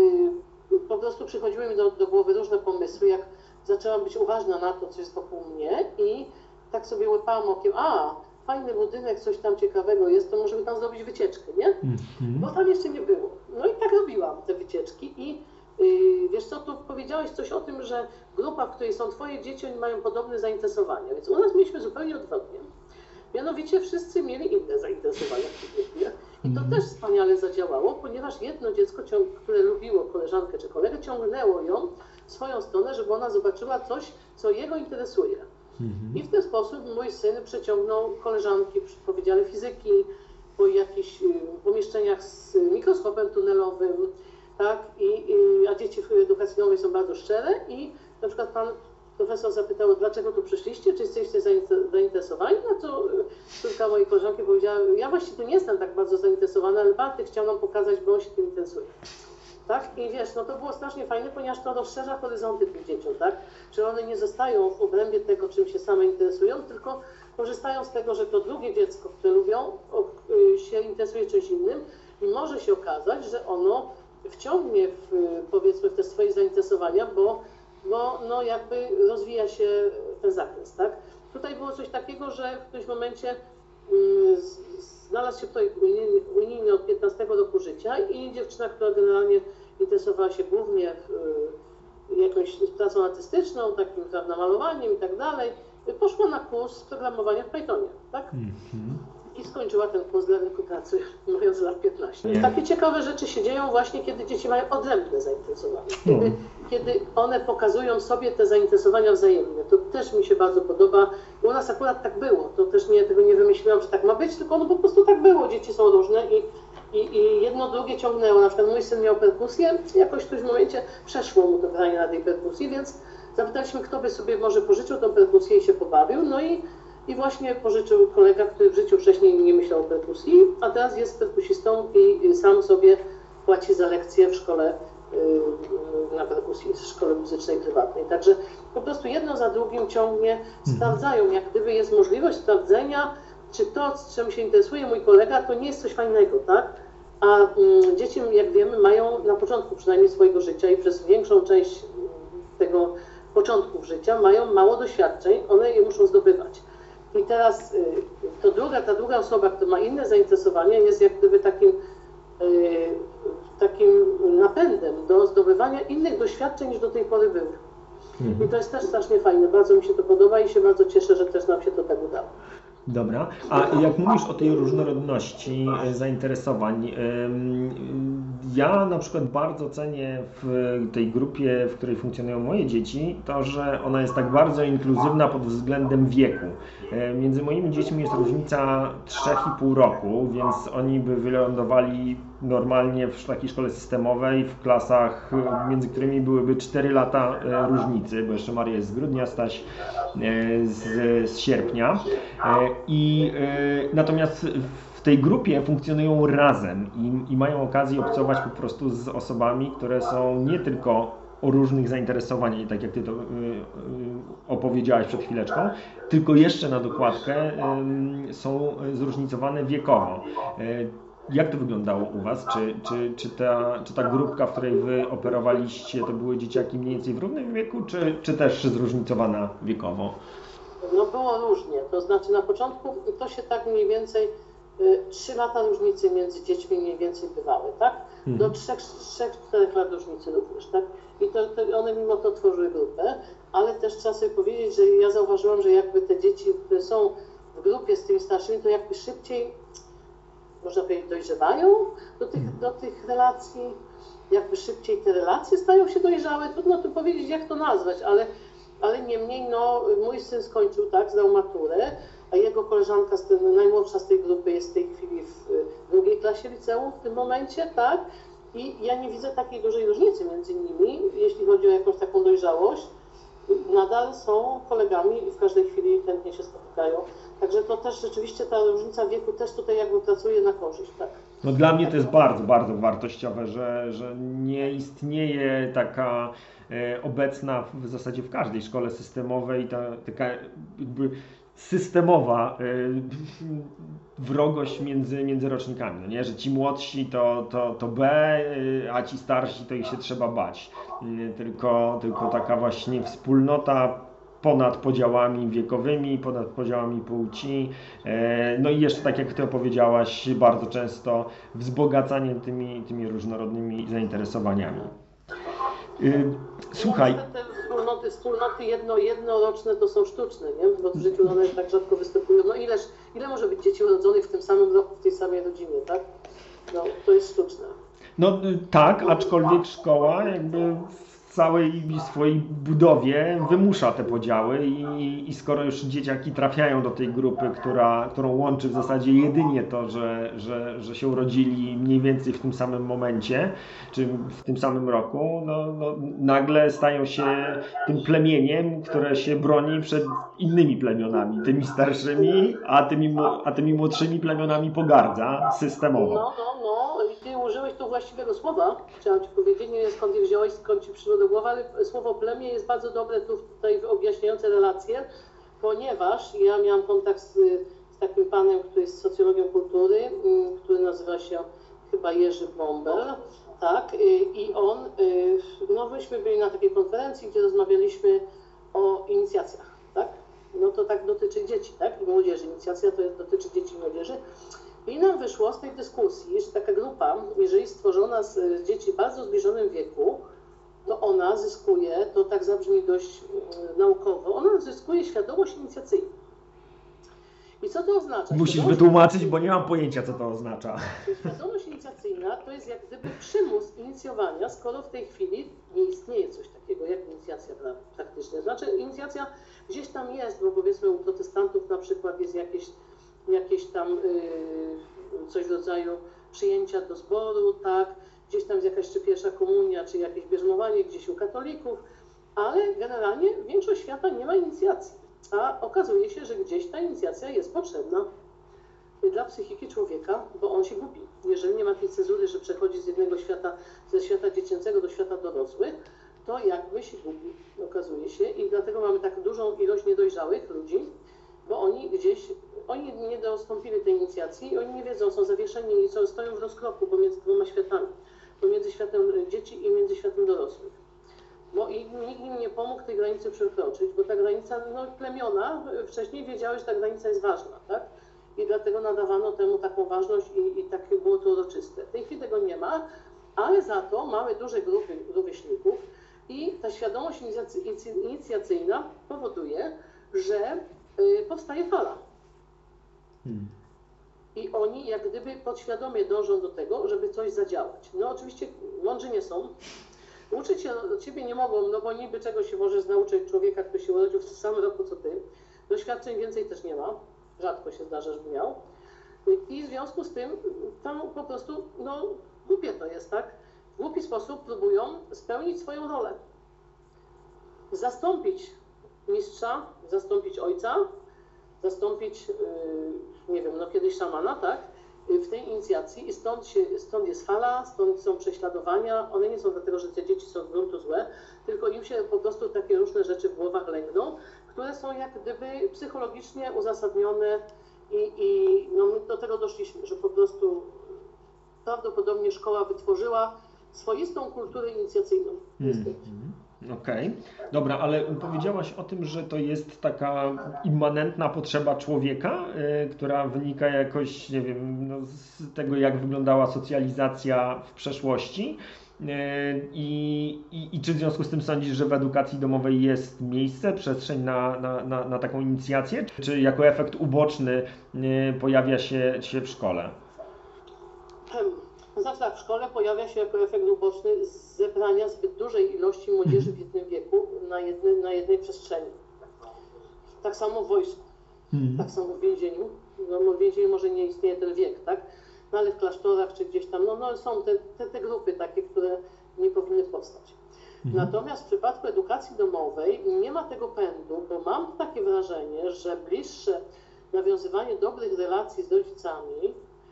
yy, po prostu przychodziły mi do, do głowy różne pomysły, jak zaczęłam być uważna na to, co jest wokół mnie i tak sobie łypałam okiem, a fajny budynek, coś tam ciekawego jest, to możemy tam zrobić wycieczkę, nie? Mm-hmm. Bo tam jeszcze nie było. No i tak robiłam te wycieczki i yy, wiesz co, tu powiedziałeś coś o tym, że grupa, w której są twoje dzieci, oni mają podobne zainteresowania, więc u nas mieliśmy zupełnie odwrotnie. Mianowicie wszyscy mieli inne zainteresowania w tej grupie. I to mm-hmm. też wspaniale zadziałało, ponieważ jedno dziecko, które lubiło koleżankę czy kolegę, ciągnęło ją w swoją stronę, żeby ona zobaczyła coś, co jego interesuje. I w ten sposób mój syn przeciągnął koleżanki po Wydziale Fizyki, po jakichś pomieszczeniach z mikroskopem tunelowym, tak? I, i, a dzieci w edukacji domowej są bardzo szczere i na przykład pan profesor zapytał, dlaczego tu przyszliście, czy jesteście zainteresowani? No to córka mojej koleżanki powiedziała, ja właściwie tu nie jestem tak bardzo zainteresowana, ale Bartek chciał nam pokazać, bo on się tym interesuje. Tak? I wiesz, no to było strasznie fajne, ponieważ to rozszerza horyzonty tych dzieciom, tak? Że one nie zostają w obrębie tego, czym się same interesują, tylko korzystają z tego, że to drugie dziecko, które lubią, się interesuje czymś innym i może się okazać, że ono wciągnie w, powiedzmy, w te swoje zainteresowania, bo, bo no jakby rozwija się ten zakres, tak? Tutaj było coś takiego, że w którymś momencie yy, znalazł się projekt unijny od piętnastego roku życia i dziewczyna, która generalnie interesowała się głównie y, jakąś pracą artystyczną, takim, prawda, malowaniem i tak dalej, poszła na kurs programowania w Pythonie, tak? Mm-hmm. I skończyła ten kurs dla rynku pracy, mając lat piętnaście. Yeah. Takie ciekawe rzeczy się dzieją właśnie, kiedy dzieci mają odrębne zainteresowania. Kiedy, mm. kiedy one pokazują sobie te zainteresowania wzajemne. To też mi się bardzo podoba. U nas akurat tak było. To też nie, tego nie wymyśliłam, że tak ma być, tylko no po prostu tak było. Dzieci są różne i, i, i jedno drugie ciągnęło. Na przykład mój syn miał perkusję, jakoś w którymś momencie przeszło mu to granie na tej perkusji, więc zapytaliśmy, kto by sobie może pożyczył tą perkusję i się pobawił. No i I właśnie pożyczył kolega, który w życiu wcześniej nie myślał o perkusji, a teraz jest perkusistą i sam sobie płaci za lekcje w szkole na perkusji, w szkole muzycznej prywatnej. Także po prostu jedno za drugim ciągnie sprawdzają, jak gdyby jest możliwość sprawdzenia, czy to, czym się interesuje mój kolega, to nie jest coś fajnego, tak? A um, dzieci, jak wiemy, mają na początku przynajmniej swojego życia i przez większą część tego początków życia mają mało doświadczeń, one je muszą zdobywać. I teraz y, to druga, ta druga osoba, która ma inne zainteresowania, jest jak gdyby takim, y, takim napędem do zdobywania innych doświadczeń niż do tej pory były. Mhm. I to jest też strasznie fajne, bardzo mi się to podoba i się bardzo cieszę, że też nam się to tak udało. Dobra, a jak mówisz o tej różnorodności zainteresowań, ja na przykład bardzo cenię w tej grupie, w której funkcjonują moje dzieci, to, że ona jest tak bardzo inkluzywna pod względem wieku. Między moimi dziećmi jest różnica trzy i pół roku, więc oni by wylądowali normalnie w takiej szkole systemowej, w klasach, między którymi byłyby cztery lata różnicy, bo jeszcze Maria jest z grudnia, Staś z, z sierpnia. I natomiast w tej grupie funkcjonują razem i, i mają okazję obcować po prostu z osobami, które są nie tylko o różnych zainteresowaniach, tak jak Ty to y, y, opowiedziałaś przed chwileczką, tylko jeszcze na dokładkę y, są zróżnicowane wiekowo. Y, Jak to wyglądało u Was? Czy, czy, czy, ta, czy ta grupka, w której Wy operowaliście, to były dzieciaki mniej więcej w równym wieku, czy, czy też zróżnicowana wiekowo? No było różnie, to znaczy na początku to się tak mniej więcej trzy lata różnicy między dziećmi mniej więcej bywały, tak? Hmm. Do trzech czterech lat różnicy również, tak? I to, to one mimo to tworzyły grupę, ale też trzeba sobie powiedzieć, że ja zauważyłam, że jakby te dzieci, które są w grupie z tymi starszymi, to jakby szybciej, można powiedzieć, dojrzewają do tych, do tych relacji, jakby szybciej te relacje stają się dojrzałe, trudno tu powiedzieć, jak to nazwać, ale ale niemniej, no, mój syn skończył, tak, zdał maturę, a jego koleżanka, najmłodsza z tej grupy, jest w tej chwili w drugiej klasie liceum w tym momencie, tak, i ja nie widzę takiej dużej różnicy między nimi, jeśli chodzi o jakąś taką dojrzałość. Nadal są kolegami i w każdej chwili chętnie się spotykają. Także to też rzeczywiście ta różnica wieku też tutaj jakby pracuje na korzyść, tak? No dla mnie to jest bardzo, bardzo wartościowe, że, że nie istnieje taka e, obecna w zasadzie w każdej szkole systemowej ta taka jakby systemowa e, wrogość między, między rocznikami, no nie? Że ci młodsi to, to, to B, e, a ci starsi to ich się trzeba bać. E, tylko, tylko taka właśnie wspólnota ponad podziałami wiekowymi, ponad podziałami płci, no i jeszcze tak jak Ty opowiedziałaś, bardzo często wzbogacanie tymi, tymi różnorodnymi zainteresowaniami. Słuchaj. No, te wspólnoty, wspólnoty jedno, jednoroczne to są sztuczne, nie? Bo w życiu one tak rzadko występują. No ileż, ile może być dzieci urodzonych w tym samym roku, w tej samej rodzinie, tak? No to jest sztuczne. No tak, aczkolwiek szkoła jakby w całej swojej budowie wymusza te podziały i, i skoro już dzieciaki trafiają do tej grupy, która, którą łączy w zasadzie jedynie to, że, że, że się urodzili mniej więcej w tym samym momencie, czy w tym samym roku, no, no, nagle stają się tym plemieniem, które się broni przed innymi plemionami, tymi starszymi, a tymi, a tymi młodszymi plemionami pogardza systemowo. No, no, no i Ty użyłeś tu właściwego słowa, chciałam Ci powiedzieć, nie wiem skąd je wziąłeś, skąd Ci przyszło do głowy, ale słowo plemię jest bardzo dobre tu tutaj objaśniające relacje, ponieważ ja miałam kontakt z, z takim panem, który jest socjologiem kultury, który nazywa się chyba Jerzy Bąbel, tak, i on, no myśmy byli na takiej konferencji, gdzie rozmawialiśmy o inicjacjach, tak, no to tak dotyczy dzieci, tak, i młodzieży, inicjacja to jest, dotyczy dzieci i młodzieży. I nam wyszło z tej dyskusji, że taka grupa, jeżeli stworzona z dzieci bardzo zbliżonym wieku, to ona zyskuje, to tak zabrzmi dość naukowo, ona zyskuje świadomość inicjacyjną. I co to oznacza? Musisz wytłumaczyć, bo nie mam pojęcia, co to oznacza. Świadomość inicjacyjna to jest jak gdyby przymus inicjowania, skoro w tej chwili nie istnieje coś takiego jak inicjacja praktycznie. Znaczy inicjacja gdzieś tam jest, bo powiedzmy u protestantów na przykład jest jakieś jakieś tam yy, coś w rodzaju przyjęcia do zboru, tak, gdzieś tam jest jakaś czy pierwsza komunia, czy jakieś bierzmowanie gdzieś u katolików, ale generalnie większość świata nie ma inicjacji, a okazuje się, że gdzieś ta inicjacja jest potrzebna dla psychiki człowieka, bo on się gubi. Jeżeli nie ma tej cezury, że przechodzi z jednego świata, ze świata dziecięcego do świata dorosłych, to jakby się gubi, okazuje się, i dlatego mamy tak dużą ilość niedojrzałych ludzi, bo oni gdzieś, oni nie dostąpili tej inicjacji i oni nie wiedzą, są zawieszeni i są, stoją w rozkroku pomiędzy dwoma światami, pomiędzy światem dzieci i między światem dorosłych. Bo i nikt im nie pomógł tej granicy przekroczyć, bo ta granica, no plemiona wcześniej wiedziały, że ta granica jest ważna, tak? I dlatego nadawano temu taką ważność i, i takie było to uroczyste. W tej chwili tego nie ma, ale za to mamy duże grupy rówieśników i ta świadomość inicjacyjna powoduje, że powstaje fala. Hmm. I oni jak gdyby podświadomie dążą do tego, żeby coś zadziałać. No oczywiście mądrzy nie są. Uczyć się od ciebie nie mogą, no bo niby czego się możesz nauczyć człowieka, który się urodził w tym samym roku co ty. Doświadczeń więcej też nie ma. Rzadko się zdarza, żeby miał. I w związku z tym tam po prostu, no głupie to jest, tak? W głupi sposób próbują spełnić swoją rolę. Zastąpić mistrza, zastąpić ojca, zastąpić, yy, nie wiem, no kiedyś szamana, tak, w tej inicjacji i stąd, się, stąd jest fala, stąd są prześladowania, one nie są dlatego, że te dzieci są z gruntu złe, tylko im się po prostu takie różne rzeczy w głowach lęgną, które są jak gdyby psychologicznie uzasadnione i, i no my do tego doszliśmy, że po prostu prawdopodobnie szkoła wytworzyła swoistą kulturę inicjacyjną. Hmm. Okej, okay. Dobra, ale powiedziałaś o tym, że to jest taka immanentna potrzeba człowieka, yy, która wynika jakoś, nie wiem, no, z tego, jak wyglądała socjalizacja w przeszłości. Yy, i, i, I czy w związku z tym sądzisz, że w edukacji domowej jest miejsce, przestrzeń na, na, na, na taką inicjację? Czy jako efekt uboczny yy, pojawia się, się w szkole? Znaczy tak, w szkole pojawia się jako efekt uboczny zebrania zbyt dużej ilości młodzieży w jednym wieku na, jedny, na jednej przestrzeni. Tak samo w wojsku, hmm. tak samo w więzieniu. No, w więzieniu może nie istnieje ten wiek, tak? No ale w klasztorach czy gdzieś tam, no, no są te, te, te grupy takie, które nie powinny powstać. Hmm. Natomiast w przypadku edukacji domowej nie ma tego pędu, bo mam takie wrażenie, że bliższe nawiązywanie dobrych relacji z rodzicami,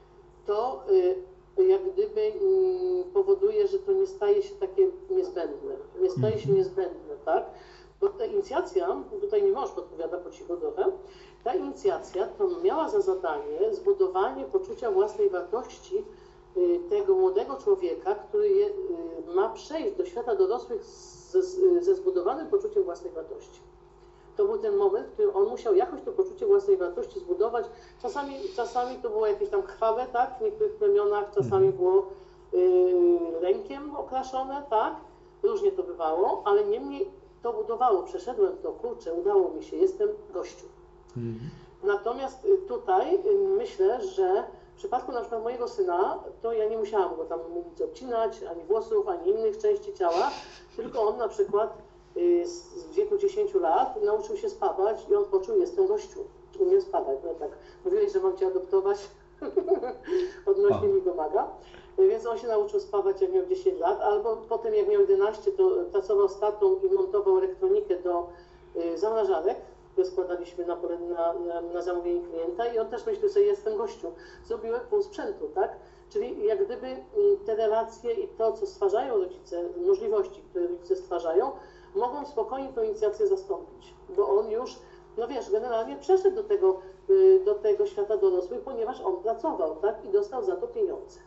to jak gdyby powoduje, że to nie staje się takie niezbędne. Nie staje się niezbędne, tak? Bo ta inicjacja, tutaj mi mąż podpowiada po cichu trochę, ta inicjacja to miała za zadanie zbudowanie poczucia własnej wartości tego młodego człowieka, który je, ma przejść do świata dorosłych ze, ze zbudowanym poczuciem własnej wartości. To był ten moment, w którym on musiał jakoś to poczucie własnej wartości zbudować. Czasami, czasami to było jakieś tam krwawe, tak, w niektórych plemionach, czasami było yy, rękiem okraszone, tak, różnie to bywało, ale niemniej to budowało, przeszedłem to, kurczę, udało mi się, jestem gościu. Mhm. Natomiast tutaj myślę, że w przypadku na przykład mojego syna, to ja nie musiałam go tam mówić obcinać, ani włosów, ani innych części ciała, tylko on na przykład w wieku dziesięciu lat nauczył się spawać i on poczuł, jestem gościu, umiem spawać. No tak, mówiłeś, że mam cię adoptować, odnośnie mi pomaga. Więc on się nauczył spawać, jak miał dziesięć lat, albo potem jak miał jedenaście, to pracował z tatą i montował elektronikę do y, zamrażarek, które składaliśmy na, na, na, na zamówienie klienta i on też myślał sobie, jestem gościu, zrobiłem pół sprzętu, tak? Czyli jak gdyby y, te relacje i to, co stwarzają rodzice, możliwości, które rodzice stwarzają, mogą spokojnie tę inicjację zastąpić, bo on już, no wiesz, generalnie przeszedł do tego, y, do tego świata dorosłych, ponieważ on pracował, tak? I dostał za to pieniądze.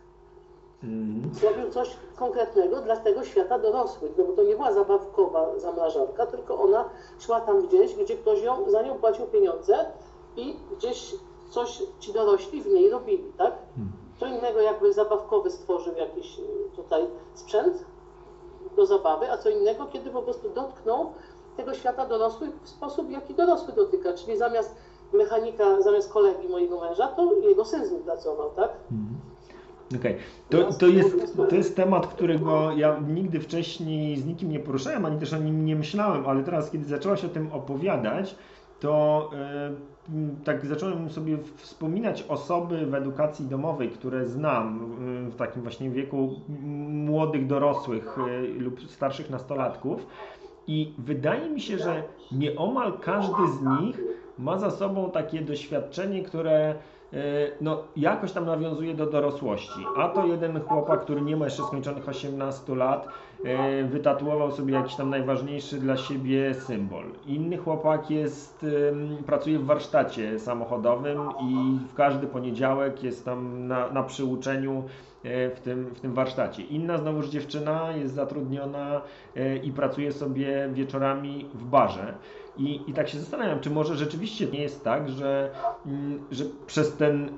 Mm. Zrobił coś konkretnego dla tego świata dorosłych, no bo to nie była zabawkowa zamrażarka, tylko ona szła tam gdzieś, gdzie ktoś ją, za nią płacił pieniądze i gdzieś coś ci dorośli w niej robili, tak? Mm. Co innego jakby zabawkowy stworzył jakiś tutaj sprzęt do zabawy, a co innego, kiedy po prostu dotknął tego świata dorosłych w sposób, jaki dorosły dotyka, czyli zamiast mechanika, zamiast kolegi mojego męża, to jego syn z nim pracował, tak? Mm. Okej, okay. to, to, jest, to jest temat, którego ja nigdy wcześniej z nikim nie poruszałem, ani też o nim nie myślałem, ale teraz, kiedy zaczęłaś o tym opowiadać, to yy, tak zacząłem sobie wspominać osoby w edukacji domowej, które znam yy, w takim właśnie wieku młodych dorosłych yy, lub starszych nastolatków i wydaje mi się, że nieomal każdy z nich ma za sobą takie doświadczenie, które no, jakoś tam nawiązuje do dorosłości. A to jeden chłopak, który nie ma jeszcze skończonych osiemnastu lat, wytatuował sobie jakiś tam najważniejszy dla siebie symbol. Inny chłopak jest, pracuje w warsztacie samochodowym i w każdy poniedziałek jest tam na, na przyuczeniu w tym, w tym warsztacie. Inna znowuż dziewczyna jest zatrudniona i pracuje sobie wieczorami w barze. I, I tak się zastanawiam, czy może rzeczywiście nie jest tak, że, że przez ten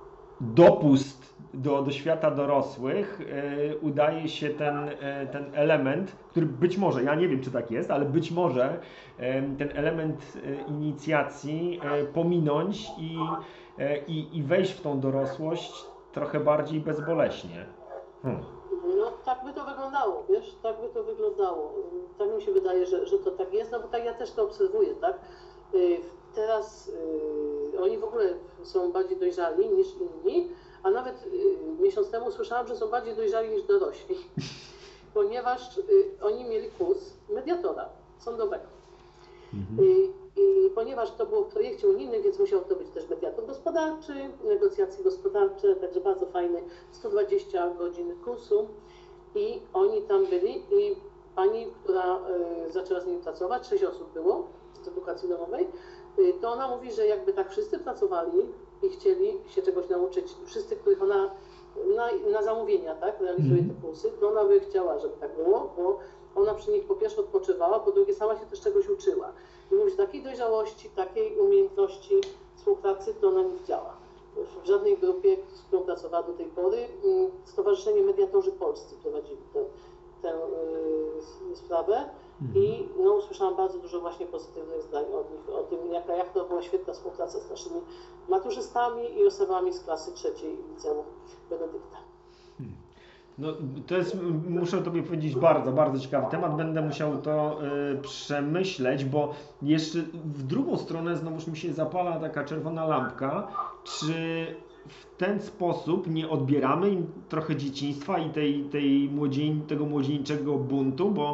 dopust do, do świata dorosłych yy, udaje się ten, yy, ten element, który być może, ja nie wiem czy tak jest, ale być może yy, ten element yy, inicjacji yy, pominąć i, yy, i, i wejść w tą dorosłość trochę bardziej bezboleśnie. Hmm. No tak by to wyglądało, wiesz, tak by to wyglądało. Tak mi się wydaje, że, że to tak jest, no bo tak ja też to obserwuję, tak? Teraz yy, oni w ogóle są bardziej dojrzali niż inni, a nawet yy, miesiąc temu słyszałam, że są bardziej dojrzali niż dorośli, ponieważ yy, oni mieli kurs mediatora sądowego. Mhm. Yy, I ponieważ to było w projekcie unijnym, więc musiał to być też mediator gospodarczy, negocjacje gospodarcze, także bardzo fajny, sto dwadzieścia godzin kursu i oni tam byli i pani, która y, zaczęła z nimi pracować, sześć osób było z edukacji domowej, y, to ona mówi, że jakby tak wszyscy pracowali i chcieli się czegoś nauczyć, wszyscy, których ona na, na zamówienia, tak, realizuje te kursy, to ona by chciała, żeby tak było, bo ona przy nich po pierwsze odpoczywała, po drugie sama się też czegoś uczyła. I mówi, że takiej dojrzałości, takiej umiejętności współpracy to ona nie widziała. W żadnej grupie, z którą pracowała do tej pory, Stowarzyszenie Mediatorzy Polscy prowadzili tę, tę yy, sprawę i no, usłyszałam bardzo dużo właśnie pozytywnych zdań od nich, o tym, jaka, jak to była świetna współpraca z naszymi maturzystami i osobami z klasy trzeciej liceum Benedykta. Hmm. No, to jest, muszę Tobie powiedzieć, bardzo, bardzo ciekawy temat. Będę musiał to y, przemyśleć, bo jeszcze w drugą stronę znowuż mi się zapala taka czerwona lampka. Czy w ten sposób nie odbieramy im trochę dzieciństwa i tej, tej młodzień, tego młodzieńczego buntu, bo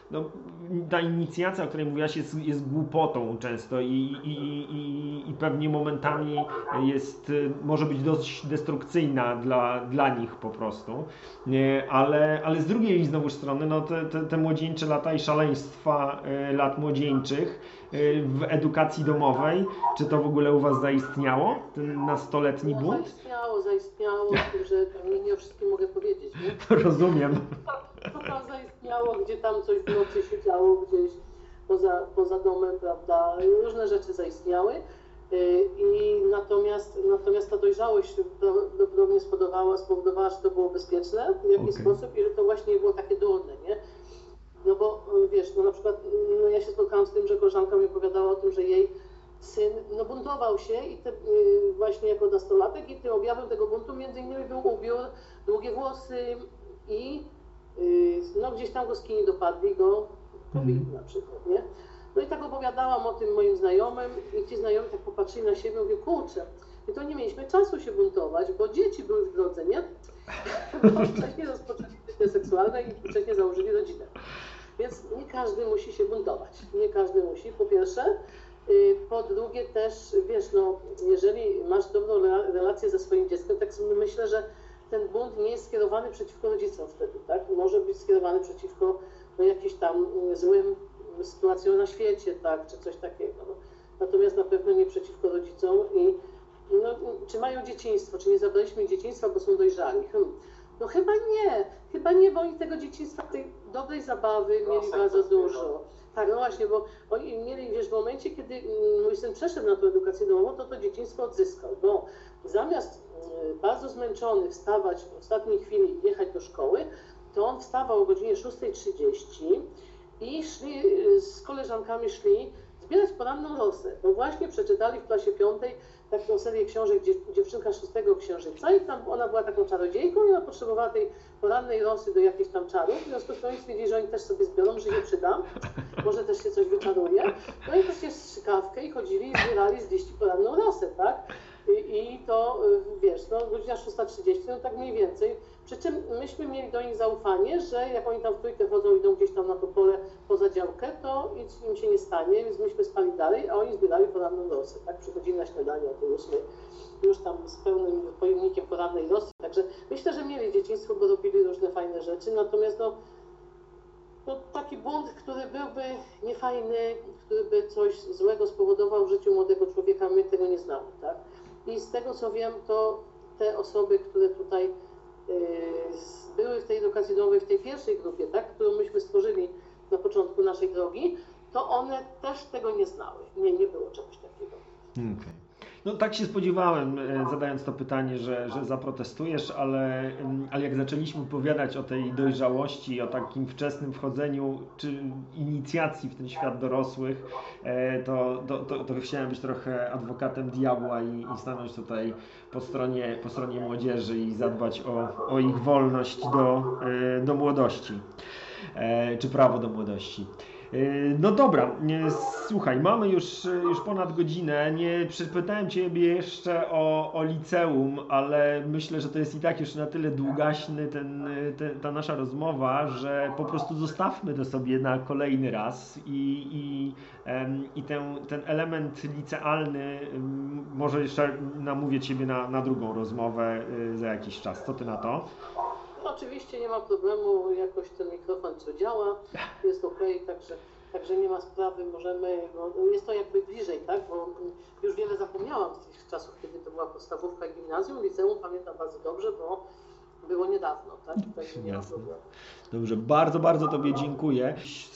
no, ta inicjacja, o której mówiłaś, jest, jest głupotą często i, i, i, i pewnie momentami jest, może być dość destrukcyjna dla, dla nich po prostu, ale, ale z drugiej znowuż strony no, te, te, te młodzieńcze lata i szaleństwa lat młodzieńczych w edukacji domowej, czy to w ogóle u Was zaistniało, ten nastoletni no, bunt? Zaistniało, zaistniało, że nie, nie o wszystkim mogę powiedzieć. Nie? Rozumiem. To tam zaistniało, gdzie tam coś w nocy się działo gdzieś poza, poza domem, prawda, różne rzeczy zaistniały i natomiast, natomiast ta dojrzałość prawdopodobnie spowodowała, spowodowała, że to było bezpieczne w jakiś okay. sposób i że to właśnie nie było takie durne, nie? No bo wiesz, no na przykład no ja się spotkałam z tym, że koleżanka mi opowiadała o tym, że jej syn no buntował się i te, yy, właśnie jako nastolatek i tym objawem tego buntu między innymi był ubiór, długie włosy i yy, no gdzieś tam go skini dopadli, go pobili mm. na przykład, nie? No i tak opowiadałam o tym moim znajomym i ci znajomi tak popatrzyli na siebie i mówią, kurczę, my to nie mieliśmy czasu się buntować, bo dzieci były w drodze, nie? Bo wcześniej rozpoczęli życie seksualne i wcześniej założyli rodzinę. Więc nie każdy musi się buntować, nie każdy musi, po pierwsze. Po drugie też, wiesz, no, jeżeli masz dobrą relację ze swoim dzieckiem, tak sobie myślę, że ten bunt nie jest skierowany przeciwko rodzicom wtedy, tak? Może być skierowany przeciwko no, jakimś tam złym sytuacjom na świecie, tak, czy coś takiego. No. Natomiast na pewno nie przeciwko rodzicom i no, czy mają dzieciństwo, czy nie zabraliśmy dzieciństwa, bo są dojrzali. Hmm. No chyba nie, chyba nie, bo oni tego dzieciństwa, tej dobrej zabawy mieli bardzo dużo. Tak, no właśnie, bo oni mieli, wiesz, w momencie, kiedy mój syn przeszedł na tę edukację domową, to to dzieciństwo odzyskał, bo zamiast bardzo zmęczony wstawać w ostatniej chwili i jechać do szkoły, to on wstawał o godzinie szósta trzydzieści i szli, z koleżankami szli zbierać poranną rosę, bo właśnie przeczytali w klasie piątej taką serię książek Dziewczynka szóstego księżyca i tam ona była taką czarodziejką i ona potrzebowała tej porannej rosy do jakichś tam czarów. W związku z tym stwierdzili, że oni też sobie zbiorą, że się przyda, może też się coś wyczaruje. No i też strzykawkę i chodzili i zbierali z liści poranną rosę, tak? I, i to, wiesz, no godzina szósta trzydzieści, no tak mniej więcej. Przy czym myśmy mieli do nich zaufanie, że jak oni tam w trójkę chodzą, idą gdzieś tam na to pole poza działkę, to nic im się nie stanie, więc myśmy spali dalej, a oni zbierali poranną rosę, tak? Przychodzili na śniadanie o tej ósmej, już tam z pełnym pojemnikiem porannej rosy. Także myślę, że mieli dzieciństwo, bo robili różne fajne rzeczy, natomiast no, no taki bunt, który byłby niefajny, który by coś złego spowodował w życiu młodego człowieka, my tego nie znamy, tak? I z tego co wiem, to te osoby, które tutaj były w tej edukacji domowej, w tej pierwszej grupie, tak, którą myśmy stworzyli na początku naszej drogi, to one też tego nie znały. Nie, nie było czegoś takiego. Okay. No tak się spodziewałem, zadając to pytanie, że, że zaprotestujesz, ale, ale jak zaczęliśmy opowiadać o tej dojrzałości, o takim wczesnym wchodzeniu czy inicjacji w ten świat dorosłych, to, to, to, to chciałem być trochę adwokatem diabła i, i stanąć tutaj po stronie, po stronie młodzieży i zadbać o, o ich wolność do, do młodości, czy prawo do młodości. No dobra, słuchaj, mamy już, już ponad godzinę, nie przypytałem Ciebie jeszcze o, o liceum, ale myślę, że to jest i tak już na tyle długaśny ten, ten, ta nasza rozmowa, że po prostu zostawmy to sobie na kolejny raz i, i, i ten, ten element licealny może jeszcze namówię Ciebie na, na drugą rozmowę za jakiś czas. Co Ty na to? Oczywiście nie ma problemu, jakoś ten mikrofon co działa, jest ok, także, także nie ma sprawy, możemy, no jest to jakby bliżej, tak, bo już wiele zapomniałam z tych czasów, kiedy to była podstawówka i gimnazjum, liceum pamiętam bardzo dobrze, bo było niedawno, tak, także nie ma problemu. Dobrze, bardzo, bardzo Tobie dziękuję.